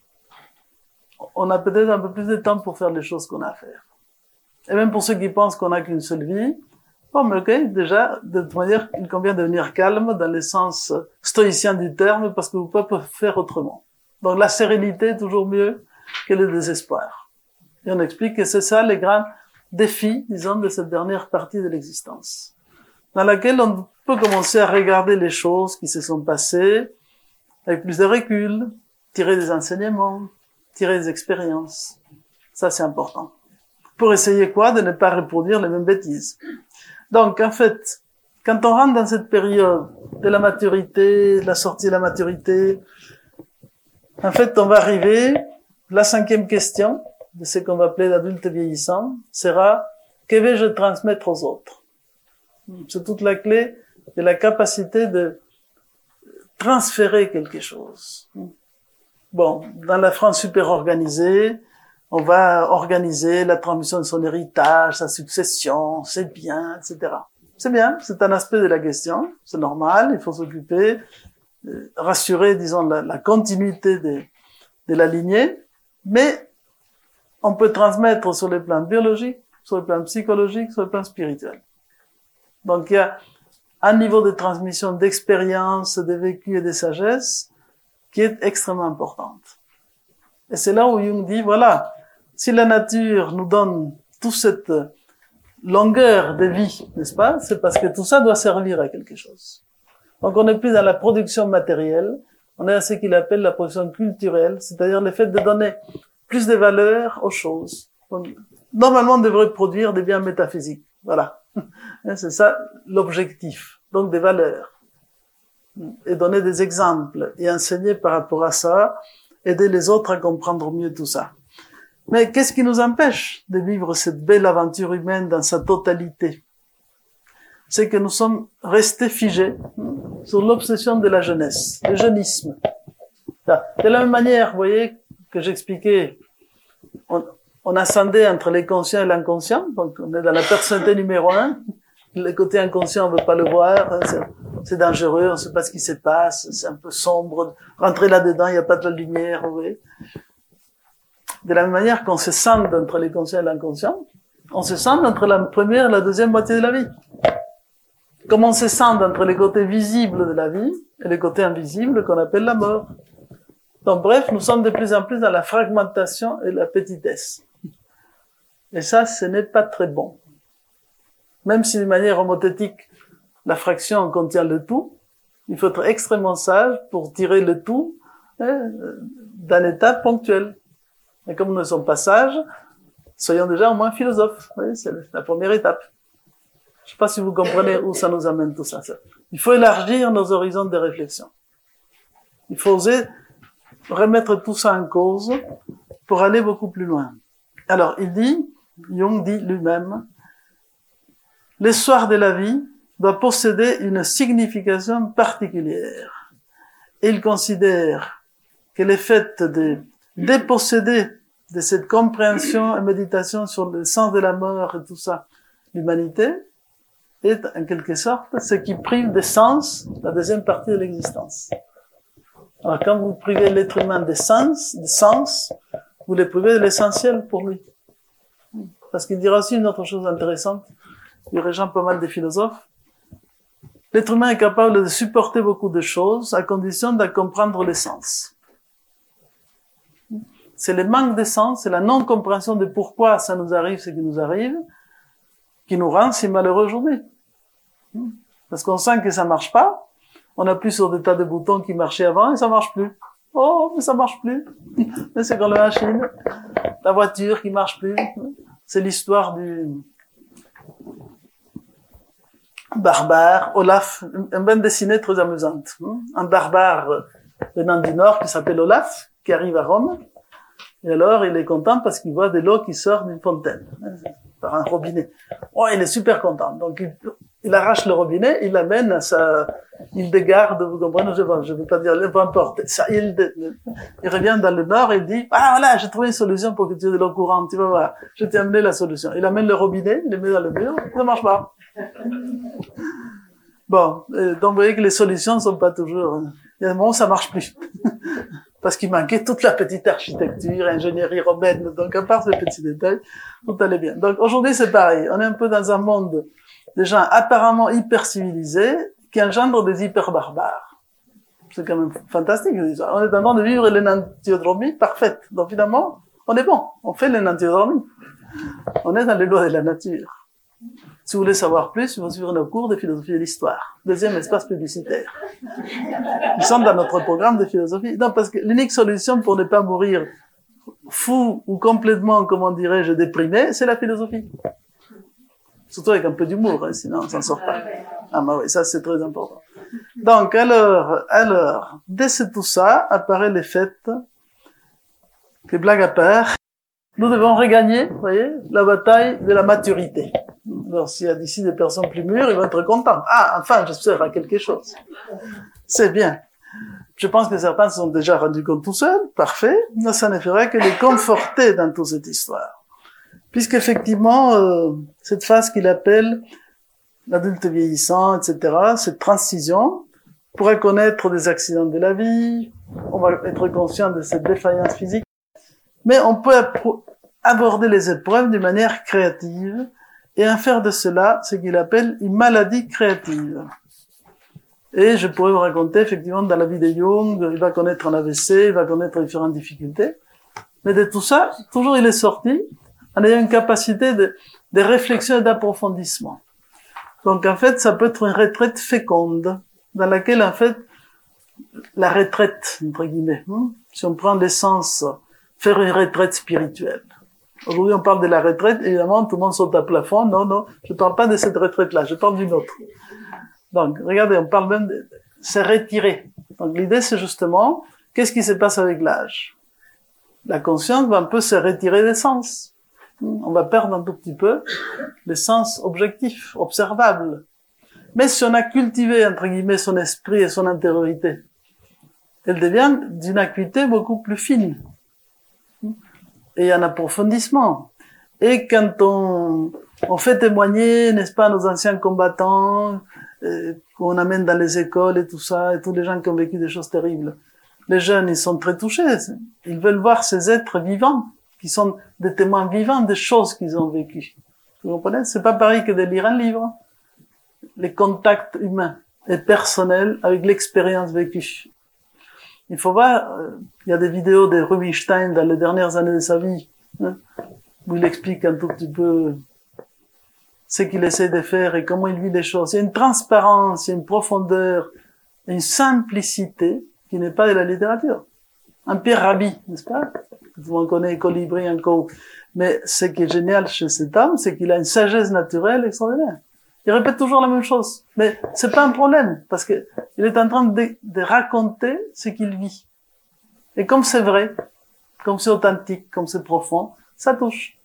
on a peut-être un peu plus de temps pour faire les choses qu'on a à faire. Et même pour ceux qui pensent qu'on n'a qu'une seule vie, bon, mais ok, déjà, de toute manière, il convient de devenir calme dans le sens stoïcien du terme, parce que vous ne pouvez pas faire autrement. Donc la sérénité est toujours mieux que le désespoir. Et on explique que c'est ça les grands défis, disons, de cette dernière partie de l'existence, dans laquelle on peut commencer à regarder les choses qui se sont passées avec plus de recul, tirer des enseignements, tirer des expériences. Ça, c'est important. Pour essayer quoi? De ne pas reproduire les mêmes bêtises. Donc, en fait, quand on rentre dans cette période de la maturité, de la sortie de la maturité, en fait, on va arriver, la 5e question de ce qu'on va appeler l'adulte vieillissant sera, que vais-je transmettre aux autres? C'est toute la clé de la capacité de transférer quelque chose. Bon, dans la France super organisée, on va organiser la transmission de son héritage, sa succession, ses biens, etc. C'est bien, c'est un aspect de la question, c'est normal, il faut s'occuper, rassurer, disons, la continuité de la lignée, mais on peut transmettre sur le plan biologique, sur le plan psychologique, sur le plan spirituel. Donc il y a un niveau de transmission d'expérience, de vécu et de sagesse qui est extrêmement importante. Et c'est là où Jung dit, voilà, si la nature nous donne toute cette longueur de vie, n'est-ce pas? C'est parce que tout ça doit servir à quelque chose. Donc on n'est plus dans la production matérielle, on est à ce qu'il appelle la production culturelle, c'est-à-dire le fait de donner plus de valeur aux choses. Donc, normalement, on devrait produire des biens métaphysiques. Voilà. C'est ça l'objectif. Donc des valeurs. Et donner des exemples et enseigner par rapport à ça, aider les autres à comprendre mieux tout ça. Mais qu'est-ce qui nous empêche de vivre cette belle aventure humaine dans sa totalité? C'est que nous sommes restés figés sur l'obsession de la jeunesse, le jeunisme. De la même manière, vous voyez, que j'expliquais, on ascendait entre les conscients et l'inconscient, donc on est dans la personnalité numéro 1, le côté inconscient, on ne veut pas le voir, c'est dangereux, on ne sait pas ce qui se passe, c'est un peu sombre, rentrer là-dedans, il n'y a pas de la lumière, vous voyez. De la même manière qu'on se sent entre les conscients et l'inconscient, on se sent entre la première et la deuxième moitié de la vie. Comme on se sent entre les côtés visibles de la vie et les côtés invisibles qu'on appelle la mort. Donc bref, nous sommes de plus en plus dans la fragmentation et la petitesse. Et ça, ce n'est pas très bon. Même si de manière homothétique, la fraction contient le tout, il faut être extrêmement sage pour tirer le tout d'un état ponctuel. Et comme nous ne sommes pas sages, soyons déjà au moins philosophes. Oui, c'est la première étape. Je ne sais pas si vous comprenez où ça nous amène tout ça. Il faut élargir nos horizons de réflexion. Il faut oser remettre tout ça en cause pour aller beaucoup plus loin. Alors, Jung dit lui-même, l'histoire de la vie doit posséder une signification particulière. Et il considère que le fait de déposséder de cette compréhension et méditation sur le sens de la mort et tout ça, l'humanité, est en quelque sorte ce qui prive de sens la deuxième partie de l'existence. Alors quand vous privez l'être humain de sens, vous le privez de l'essentiel pour lui. Parce qu'il dira aussi une autre chose intéressante, il rejoint pas mal de philosophes. L'être humain est capable de supporter beaucoup de choses à condition de comprendre l'essence. C'est le manque de sens, c'est la non-compréhension de pourquoi ça nous arrive ce qui nous arrive, qui nous rend si malheureux aujourd'hui. Parce qu'on sent que ça marche pas, on appuie sur des tas de boutons qui marchaient avant et ça marche plus. Oh, mais ça marche plus. Mais c'est comme la machine, la voiture qui marche plus. C'est l'histoire du barbare, Olaf, une bande dessinée très amusante. Un barbare venant du Nord qui s'appelle Olaf, qui arrive à Rome. Et alors, il est content parce qu'il voit de l'eau qui sort d'une fontaine, par un robinet. Oh, il est super content. Donc, il arrache le robinet, il l'amène à sa île de garde, vous comprenez, je veux pas dire, peu importe, il revient dans le nord et il dit, ah voilà, j'ai trouvé une solution pour que tu aies de l'eau courante, tu vas voir, je t'ai amené la solution. Il amène le robinet, il le met dans le mur, ça marche pas. Bon, donc vous voyez que les solutions ne sont pas toujours, il y a un moment où ça marche plus. Parce qu'il manquait toute la petite architecture, ingénierie romaine, donc à part ces petits détails, tout allait bien. Donc aujourd'hui c'est pareil, on est un peu dans un monde des gens apparemment hyper civilisés qui engendrent des hyper barbares. C'est quand même fantastique. On est en train de vivre l'énantiodromie parfaite. Donc finalement, on est bon. On fait l'énantiodromie. On est dans les lois de la nature. Si vous voulez savoir plus, il faut suivre nos cours de philosophie et d'histoire. Deuxième espace publicitaire. Ils sont dans notre programme de philosophie. Non, parce que l'unique solution pour ne pas mourir fou ou complètement, comment dirais-je, déprimé, c'est la philosophie. Surtout avec un peu d'humour, hein, sinon on s'en sort pas. Ah bah oui, ça c'est très important. Donc alors, dès tout ça, apparaît le fait que, blague à part, nous devons regagner, vous voyez, la bataille de la maturité. Alors s'il y a d'ici des personnes plus mûres, ils vont être contents. Ah, enfin, j'espère à quelque chose. C'est bien. Je pense que certains se sont déjà rendus compte tout seuls, parfait. Mais ça ne ferait que les conforter dans toute cette histoire. Puisqu'effectivement, cette phase qu'il appelle l'adulte vieillissant, etc., cette transition, pourrait connaître des accidents de la vie, on va être conscient de cette défaillance physique, mais on peut aborder les épreuves d'une manière créative et en faire de cela ce qu'il appelle une maladie créative. Et je pourrais vous raconter, effectivement, dans la vie de Jung, il va connaître un AVC, il va connaître différentes difficultés, mais de tout ça, toujours il est sorti en ayant une capacité de réflexion et d'approfondissement. Donc en fait, ça peut être une retraite féconde, dans laquelle en fait, la retraite, entre guillemets, si on prend l'essence, faire une retraite spirituelle. Aujourd'hui, on parle de la retraite, évidemment, tout le monde saute à plafond. Non, je ne parle pas de cette retraite-là, je parle d'une autre. Donc, regardez, on parle même de se retirer. Donc l'idée, c'est justement, qu'est-ce qui se passe avec l'âge? La conscience va un peu se retirer des sens. On va perdre un tout petit peu les sens objectifs, observables. Mais si on a cultivé, entre guillemets, son esprit et son intériorité, elle devient d'une acuité beaucoup plus fine. Et un approfondissement. Et quand on fait témoigner, n'est-ce pas, nos anciens combattants, qu'on amène dans les écoles et tout ça, et tous les gens qui ont vécu des choses terribles, les jeunes, ils sont très touchés. Ils veulent voir ces êtres vivants, qui sont des témoins vivants des choses qu'ils ont vécues. Vous comprenez? C'est pas pareil que de lire un livre. Les contacts humains et personnels avec l'expérience vécue. Il faut voir, il y a des vidéos de Rubinstein dans les dernières années de sa vie, où il explique un tout petit peu ce qu'il essaie de faire et comment il vit les choses. Il y a une transparence, il y a une profondeur, une simplicité qui n'est pas de la littérature. Un Pierre Rabhi, n'est-ce pas? Tout le monde connaît Colibri encore. Mais ce qui est génial chez cet homme, c'est qu'il a une sagesse naturelle extraordinaire. Il répète toujours la même chose. Mais c'est pas un problème, parce que il est en train de raconter ce qu'il vit. Et comme c'est vrai, comme c'est authentique, comme c'est profond, ça touche.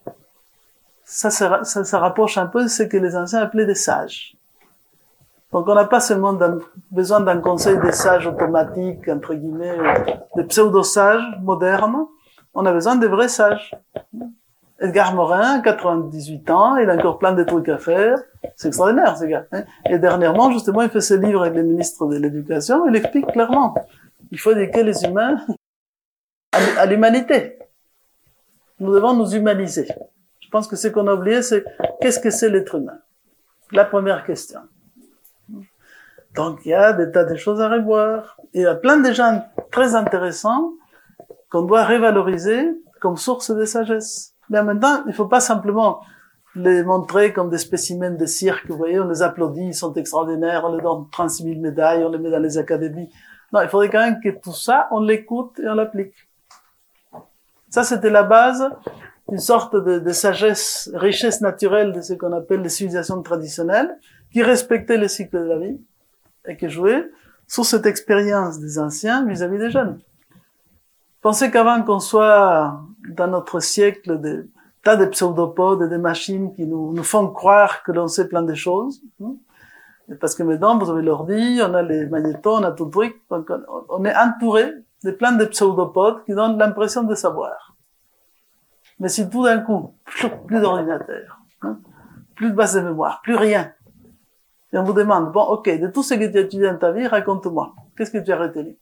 Ça rapproche un peu de ce que les anciens appelaient des sages. Donc on n'a pas seulement besoin d'un conseil des sages automatiques, entre guillemets, des pseudo-sages modernes, on a besoin des vrais sages. Edgar Morin, 98 ans, il a encore plein de trucs à faire. C'est extraordinaire, ce gars. Et dernièrement, justement, il fait ce livre avec le ministre de l'Éducation, il explique clairement. Il faut éduquer les humains à l'humanité. Nous devons nous humaniser. Je pense que ce qu'on a oublié, c'est qu'est-ce que c'est l'être humain? La première question. Donc, il y a des tas de choses à revoir. Il y a plein de gens très intéressants qu'on doit revaloriser comme source de sagesse. Mais en même temps, il ne faut pas simplement les montrer comme des spécimens de cirque. Vous voyez, on les applaudit, ils sont extraordinaires, on leur donne 36 000 médailles, on les met dans les académies. Non, il faudrait quand même que tout ça, on l'écoute et on l'applique. Ça, c'était la base d'une sorte de sagesse, richesse naturelle de ce qu'on appelle les civilisations traditionnelles, qui respectaient le cycle de la vie et qui jouaient sur cette expérience des anciens vis-à-vis des jeunes. Pensez qu'avant qu'on soit dans notre siècle de tas de pseudopodes et de machines qui nous font croire que l'on sait plein de choses, Et parce que maintenant, vous avez l'ordi, on a les magnétos, on a tout le truc, donc on est entouré de plein de pseudopodes qui donnent l'impression de savoir. Mais si tout d'un coup, plus d'ordinateur, hein, plus de base de mémoire, plus rien, et on vous demande, bon, ok, de tout ce que tu as étudié dans ta vie, raconte-moi, qu'est-ce que tu as retenu?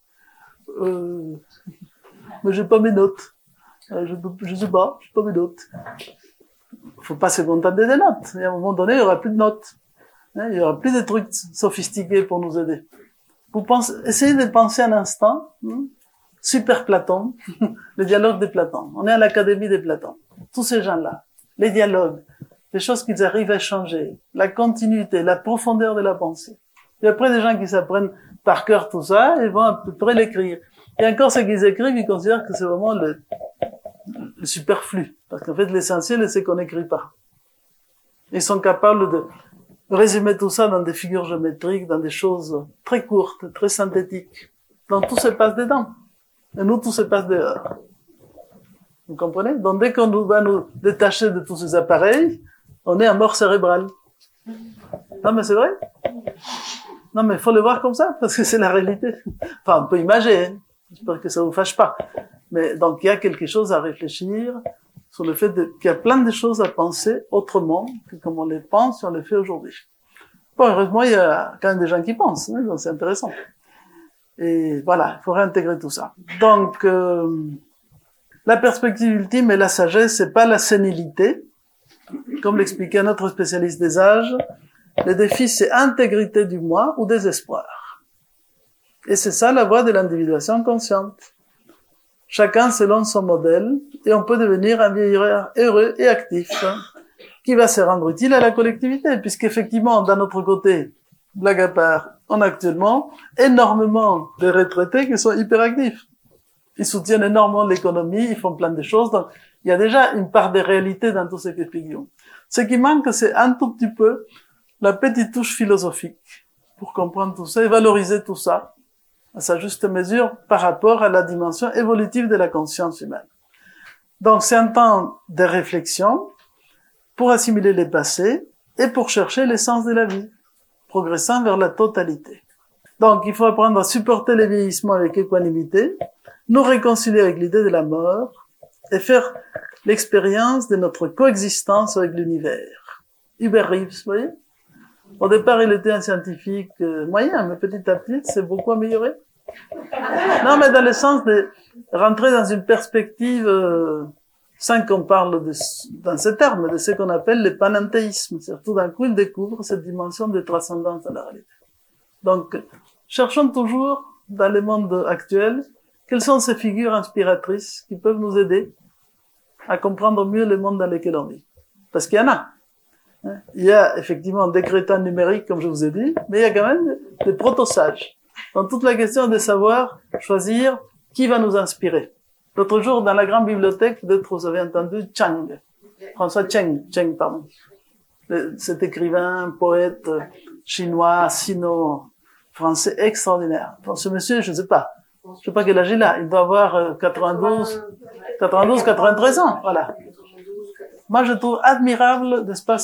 Mais j'ai pas mes notes. Je sais pas, j'ai pas mes notes. Faut pas se contenter des notes. Et à un moment donné, il y aura plus de notes. Il y aura plus de trucs sophistiqués pour nous aider. Essayez de penser un instant, super Platon, le dialogue de Platon. On est à l'académie de Platon. Tous ces gens-là, les dialogues, les choses qu'ils arrivent à changer, la continuité, la profondeur de la pensée. Et après, des gens qui s'apprennent par cœur tout ça, ils vont à peu près l'écrire. Et encore, ce qu'ils écrivent, ils considèrent que c'est vraiment le superflu. Parce qu'en fait, l'essentiel, c'est qu'on n'écrit pas. Ils sont capables de résumer tout ça dans des figures géométriques, dans des choses très courtes, très synthétiques. Donc tout se passe dedans. Et nous, tout se passe dehors. Vous comprenez? Donc dès qu'on va nous détacher de tous ces appareils, on est à mort cérébrale. Non mais c'est vrai? Non mais il faut le voir comme ça, parce que c'est la réalité. Enfin, on peut imaginer, hein. J'espère que ça vous fâche pas. Mais donc il y a quelque chose à réfléchir sur le fait qu'il y a plein de choses à penser autrement que comme on les pense et on les fait aujourd'hui. Bon, heureusement, il y a quand même des gens qui pensent, hein, donc c'est intéressant. Et voilà, il faut réintégrer tout ça. Donc, la perspective ultime et la sagesse, c'est pas la sénilité. Comme l'expliquait notre spécialiste des âges, le défi, c'est intégrité du moi ou désespoir. Et c'est ça la voie de l'individuation consciente. Chacun selon son modèle, et on peut devenir un vieillard heureux et actif, hein, qui va se rendre utile à la collectivité, puisqu'effectivement, d'un autre côté, blague à part, on a actuellement énormément de retraités qui sont hyperactifs. Ils soutiennent énormément l'économie, ils font plein de choses, donc il y a déjà une part de réalité dans tout ce qu'expliquons. Ce qui manque, c'est un tout petit peu la petite touche philosophique pour comprendre tout ça et valoriser tout ça à sa juste mesure par rapport à la dimension évolutive de la conscience humaine. Donc c'est un temps de réflexion pour assimiler les passés et pour chercher l'essence de la vie, progressant vers la totalité. Donc il faut apprendre à supporter le vieillissement avec équanimité, nous réconcilier avec l'idée de la mort et faire l'expérience de notre coexistence avec l'univers. Hubert Reeves, vous voyez? Au départ, il était un scientifique moyen, mais petit à petit, c'est beaucoup amélioré. Non, mais dans le sens de rentrer dans une perspective, sans qu'on parle dans ces termes, de ce qu'on appelle le panenthéisme. C'est-à-dire, tout d'un coup, il découvre cette dimension de transcendance dans la réalité. Donc, cherchons toujours, dans le monde actuel, quelles sont ces figures inspiratrices qui peuvent nous aider à comprendre mieux le monde dans lequel on vit. Parce qu'il y en a. Il y a effectivement des crétins numériques, comme je vous ai dit, mais il y a quand même des proto-sages. Donc toute la question est de savoir choisir qui va nous inspirer. L'autre jour, dans la grande bibliothèque, peut-être vous avez entendu Chang, François Cheng, pardon. Cet écrivain, poète chinois, sino-français extraordinaire. Bon, ce monsieur, je sais pas quel âge il a. Il doit avoir 93 ans, voilà. Moi, je trouve admirable, n'est-ce pas,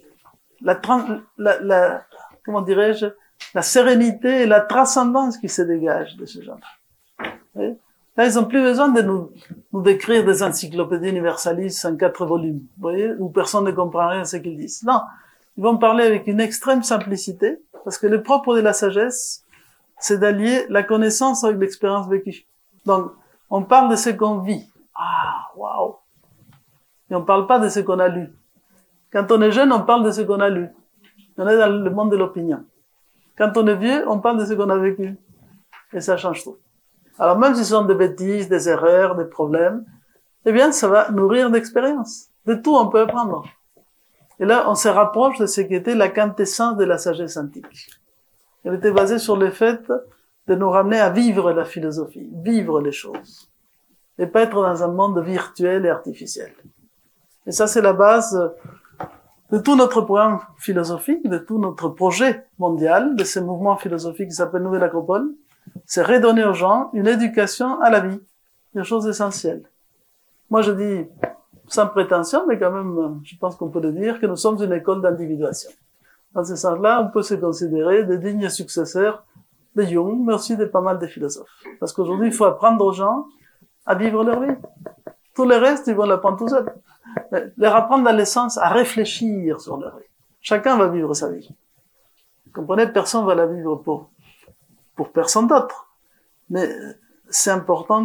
comment dirais-je, la sérénité et la transcendance qui se dégagent de ces gens-là. Là, ils n'ont plus besoin de nous décrire des encyclopédies universalistes en 4 volumes, vous voyez, où personne ne comprend rien à ce qu'ils disent. Non. Ils vont parler avec une extrême simplicité, parce que le propre de la sagesse, c'est d'allier la connaissance avec l'expérience vécue. Donc, on parle de ce qu'on vit. Ah, waouh! Et on parle pas de ce qu'on a lu. Quand on est jeune, on parle de ce qu'on a lu. On est dans le monde de l'opinion. Quand on est vieux, on parle de ce qu'on a vécu. Et ça change tout. Alors même si ce sont des bêtises, des erreurs, des problèmes, eh bien, ça va nourrir d'expérience. De tout, on peut apprendre. Et là, on se rapproche de ce qui était la quintessence de la sagesse antique. Elle était basée sur le fait de nous ramener à vivre la philosophie, vivre les choses. Et pas être dans un monde virtuel et artificiel. Et ça, c'est la base de tout notre programme philosophique, de tout notre projet mondial, de ce mouvement philosophique qui s'appelle Nouvelle Acropole. C'est redonner aux gens une éducation à la vie, des choses essentielles. Moi, je dis, sans prétention, mais quand même, je pense qu'on peut le dire, que nous sommes une école d'individuation. Dans ce sens-là, on peut se considérer des dignes successeurs de Jung, mais aussi de pas mal de philosophes. Parce qu'aujourd'hui, il faut apprendre aux gens à vivre leur vie. Tout le reste, ils vont l'apprendre tout seuls. Mais leur apprendre dans le sens à réfléchir sur leur vie. Chacun va vivre sa vie. Vous comprenez? Personne va la vivre pour personne d'autre. Mais c'est important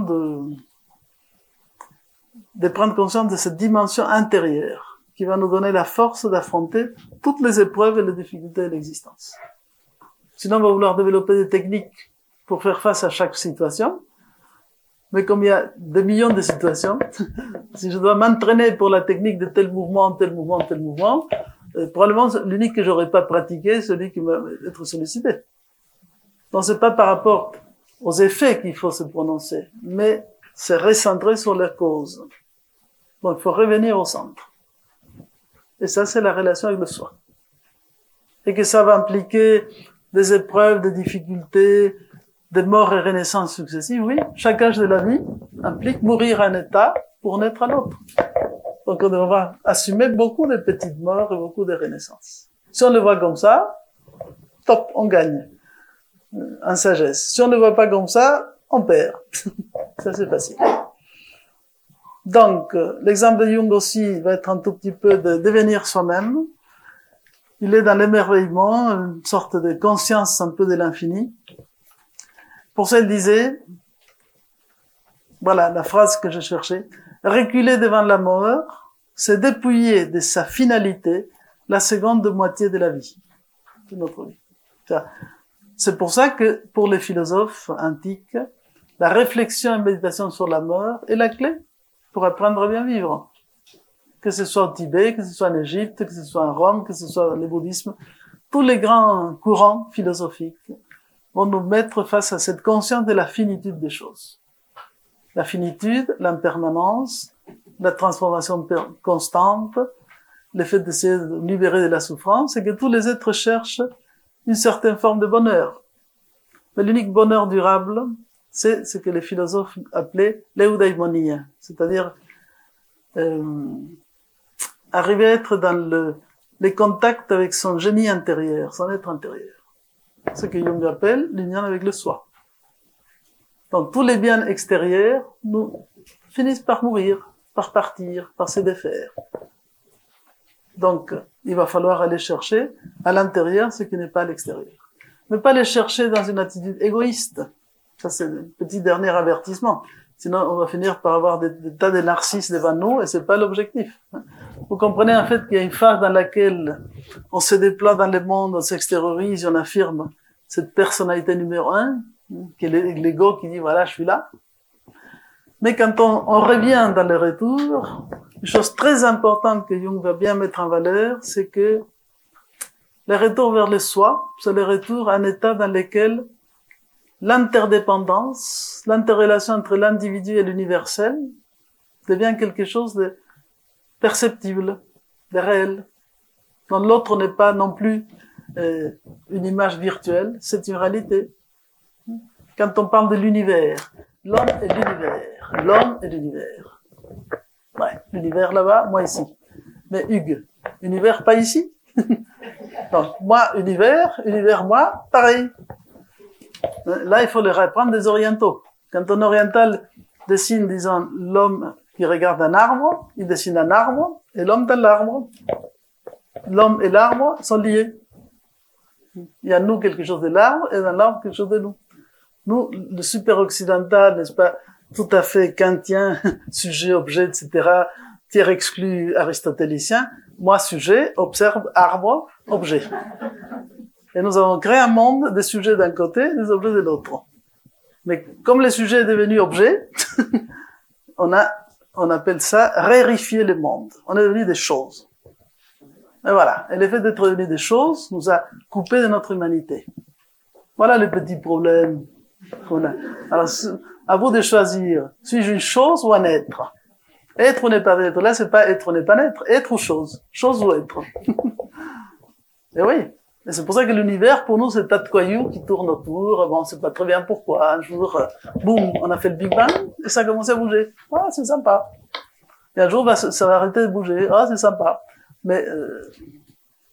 de prendre conscience de cette dimension intérieure qui va nous donner la force d'affronter toutes les épreuves et les difficultés de l'existence. Sinon, on va vouloir développer des techniques pour faire face à chaque situation. Mais comme il y a des millions de situations, si je dois m'entraîner pour la technique de tel mouvement, probablement l'unique que j'aurais pas pratiqué, celui qui va être sollicité. Donc c'est pas par rapport aux effets qu'il faut se prononcer, mais c'est recentrer sur les causes. Donc il faut revenir au centre. Et ça, c'est la relation avec le soi. Et que ça va impliquer des épreuves, des difficultés, des morts et renaissances successives, oui. Chaque âge de la vie implique mourir à un état pour naître à l'autre. Donc on va assumer beaucoup de petites morts et beaucoup de renaissances. Si on le voit comme ça, top, on gagne en sagesse. Si on ne le voit pas comme ça, on perd. Ça, c'est facile. Donc, l'exemple de Jung aussi va être un tout petit peu de devenir soi-même. Il est dans l'émerveillement, une sorte de conscience un peu de l'infini. Pour ça, il disait, voilà la phrase que je cherchais, reculer devant la mort, c'est dépouiller de sa finalité la seconde moitié de la vie, de notre vie. C'est pour ça que, pour les philosophes antiques, la réflexion et méditation sur la mort est la clé pour apprendre à bien vivre. Que ce soit au Tibet, que ce soit en Égypte, que ce soit en Rome, que ce soit le bouddhisme, tous les grands courants philosophiques vont nous mettre face à cette conscience de la finitude des choses. La finitude, l'impermanence, la transformation constante, le fait d'essayer de libérer de la souffrance, et que tous les êtres cherchent une certaine forme de bonheur. Mais l'unique bonheur durable, c'est ce que les philosophes appelaient l'eudaimonia, c'est-à-dire arriver à être dans les contacts avec son génie intérieur, son être intérieur. Ce que Jung appelle l'union avec le soi. Donc tous les biens extérieurs nous finissent par mourir, par partir, par se défaire. Donc il va falloir aller chercher à l'intérieur ce qui n'est pas à l'extérieur. Mais pas les chercher dans une attitude égoïste. Ça c'est un petit dernier avertissement. Sinon on va finir par avoir des tas de narcisses devant nous et c'est pas l'objectif. Vous comprenez en fait qu'il y a une phase dans laquelle on se déploie dans le monde, on s'extériorise, on affirme cette personnalité numéro 1, qui est l'ego qui dit voilà, je suis là. Mais quand on revient dans le retour, une chose très importante que Jung va bien mettre en valeur, c'est que le retour vers le soi, c'est le retour à un état dans lequel l'interdépendance, l'interrelation entre l'individu et l'universel devient quelque chose de perceptible, de réel. Donc l'autre n'est pas non plus une image virtuelle, c'est une réalité. Quand on parle de l'univers, l'homme et l'univers, l'homme et l'univers. Ouais, l'univers là-bas, moi ici. Mais Hugues, univers pas ici. Donc moi univers, moi, pareil. Là, il faut le reprendre des orientaux. Quand un oriental dessine, disons, l'homme qui regarde un arbre, il dessine un arbre, et l'homme dans l'arbre. L'homme et l'arbre sont liés. Il y a nous quelque chose de l'arbre, et dans l'arbre quelque chose de nous. Nous, le super occidental, n'est-ce pas, tout à fait kantien, sujet, objet, etc., tiers exclu aristotélicien, moi, sujet, observe, arbre, objet. Et nous avons créé un monde des sujets d'un côté, des objets de l'autre. Mais comme le sujet est devenu objet, on appelle ça raréfier le monde. On est devenu des choses. Et voilà. Et le fait d'être devenu des choses nous a coupé de notre humanité. Voilà le petit problème qu'on a. Alors, à vous de choisir. Suis-je une chose ou un être? Être ou ne pas être. Là, c'est pas être ou ne pas être. Être ou chose. Chose ou être. Et oui. Et c'est pour ça que l'univers, pour nous, c'est un tas de cailloux qui tournent autour. Bon, on sait pas très bien pourquoi. Un jour, boum, on a fait le Big Bang et ça a commencé à bouger. Ah, c'est sympa. Et un jour, ça va arrêter de bouger. Ah, c'est sympa. Mais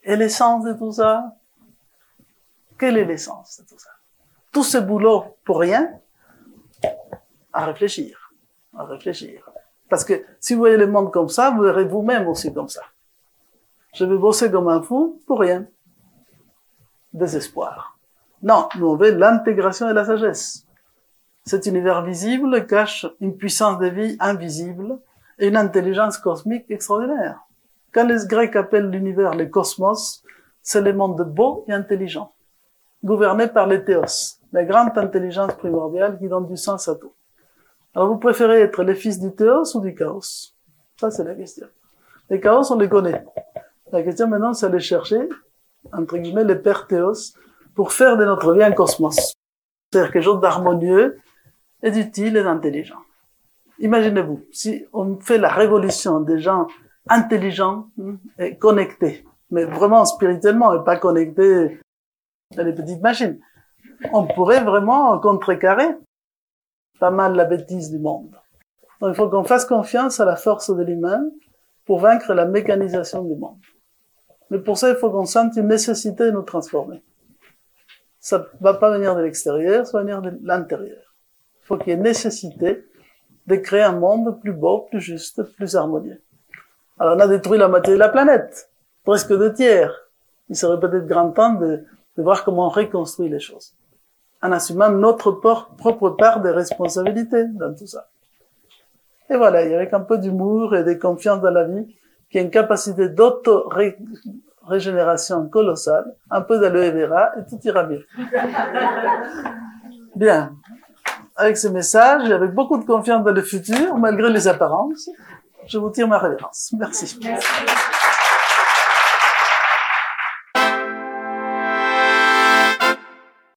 Et l'essence de tout ça? Quelle est l'essence de tout ça? Tout ce boulot pour rien? À réfléchir. À réfléchir. Parce que si vous voyez le monde comme ça, vous verrez vous-même aussi comme ça. Je vais bosser comme un fou pour rien. Désespoir. Non, nous on veut l'intégration et la sagesse. Cet univers visible cache une puissance de vie invisible et une intelligence cosmique extraordinaire. Quand les Grecs appellent l'univers le cosmos, c'est le monde beau et intelligent, gouverné par les théos, la grande intelligence primordiale qui donne du sens à tout. Alors vous préférez être les fils du théos ou du chaos? Ça c'est la question. Les chaos on les connaît. La question maintenant c'est aller chercher, entre guillemets, les pères théos pour faire de notre vie un cosmos. C'est-à-dire quelque chose d'harmonieux et d'utile et d'intelligent. Imaginez-vous, si on fait la révolution des gens intelligents et connectés, mais vraiment spirituellement et pas connectés à des petites machines, on pourrait vraiment contrecarrer pas mal la bêtise du monde. Donc il faut qu'on fasse confiance à la force de l'humain pour vaincre la mécanisation du monde. Mais pour ça, il faut qu'on sente une nécessité de nous transformer. Ça va pas venir de l'extérieur, ça va venir de l'intérieur. Il faut qu'il y ait nécessité de créer un monde plus beau, plus juste, plus harmonieux. Alors on a détruit la moitié de la planète, presque 2/3. Il serait peut-être grand temps de voir comment on reconstruit les choses, en assumant notre propre part de responsabilité dans tout ça. Et voilà, et avec un peu d'humour et de confiance dans la vie, qui a une capacité d'auto-régénération colossale, un peu d'aloe vera, et tout ira bien. Bien. Avec ce message, et avec beaucoup de confiance dans le futur, malgré les apparences, je vous tire ma révérence. Merci. Merci.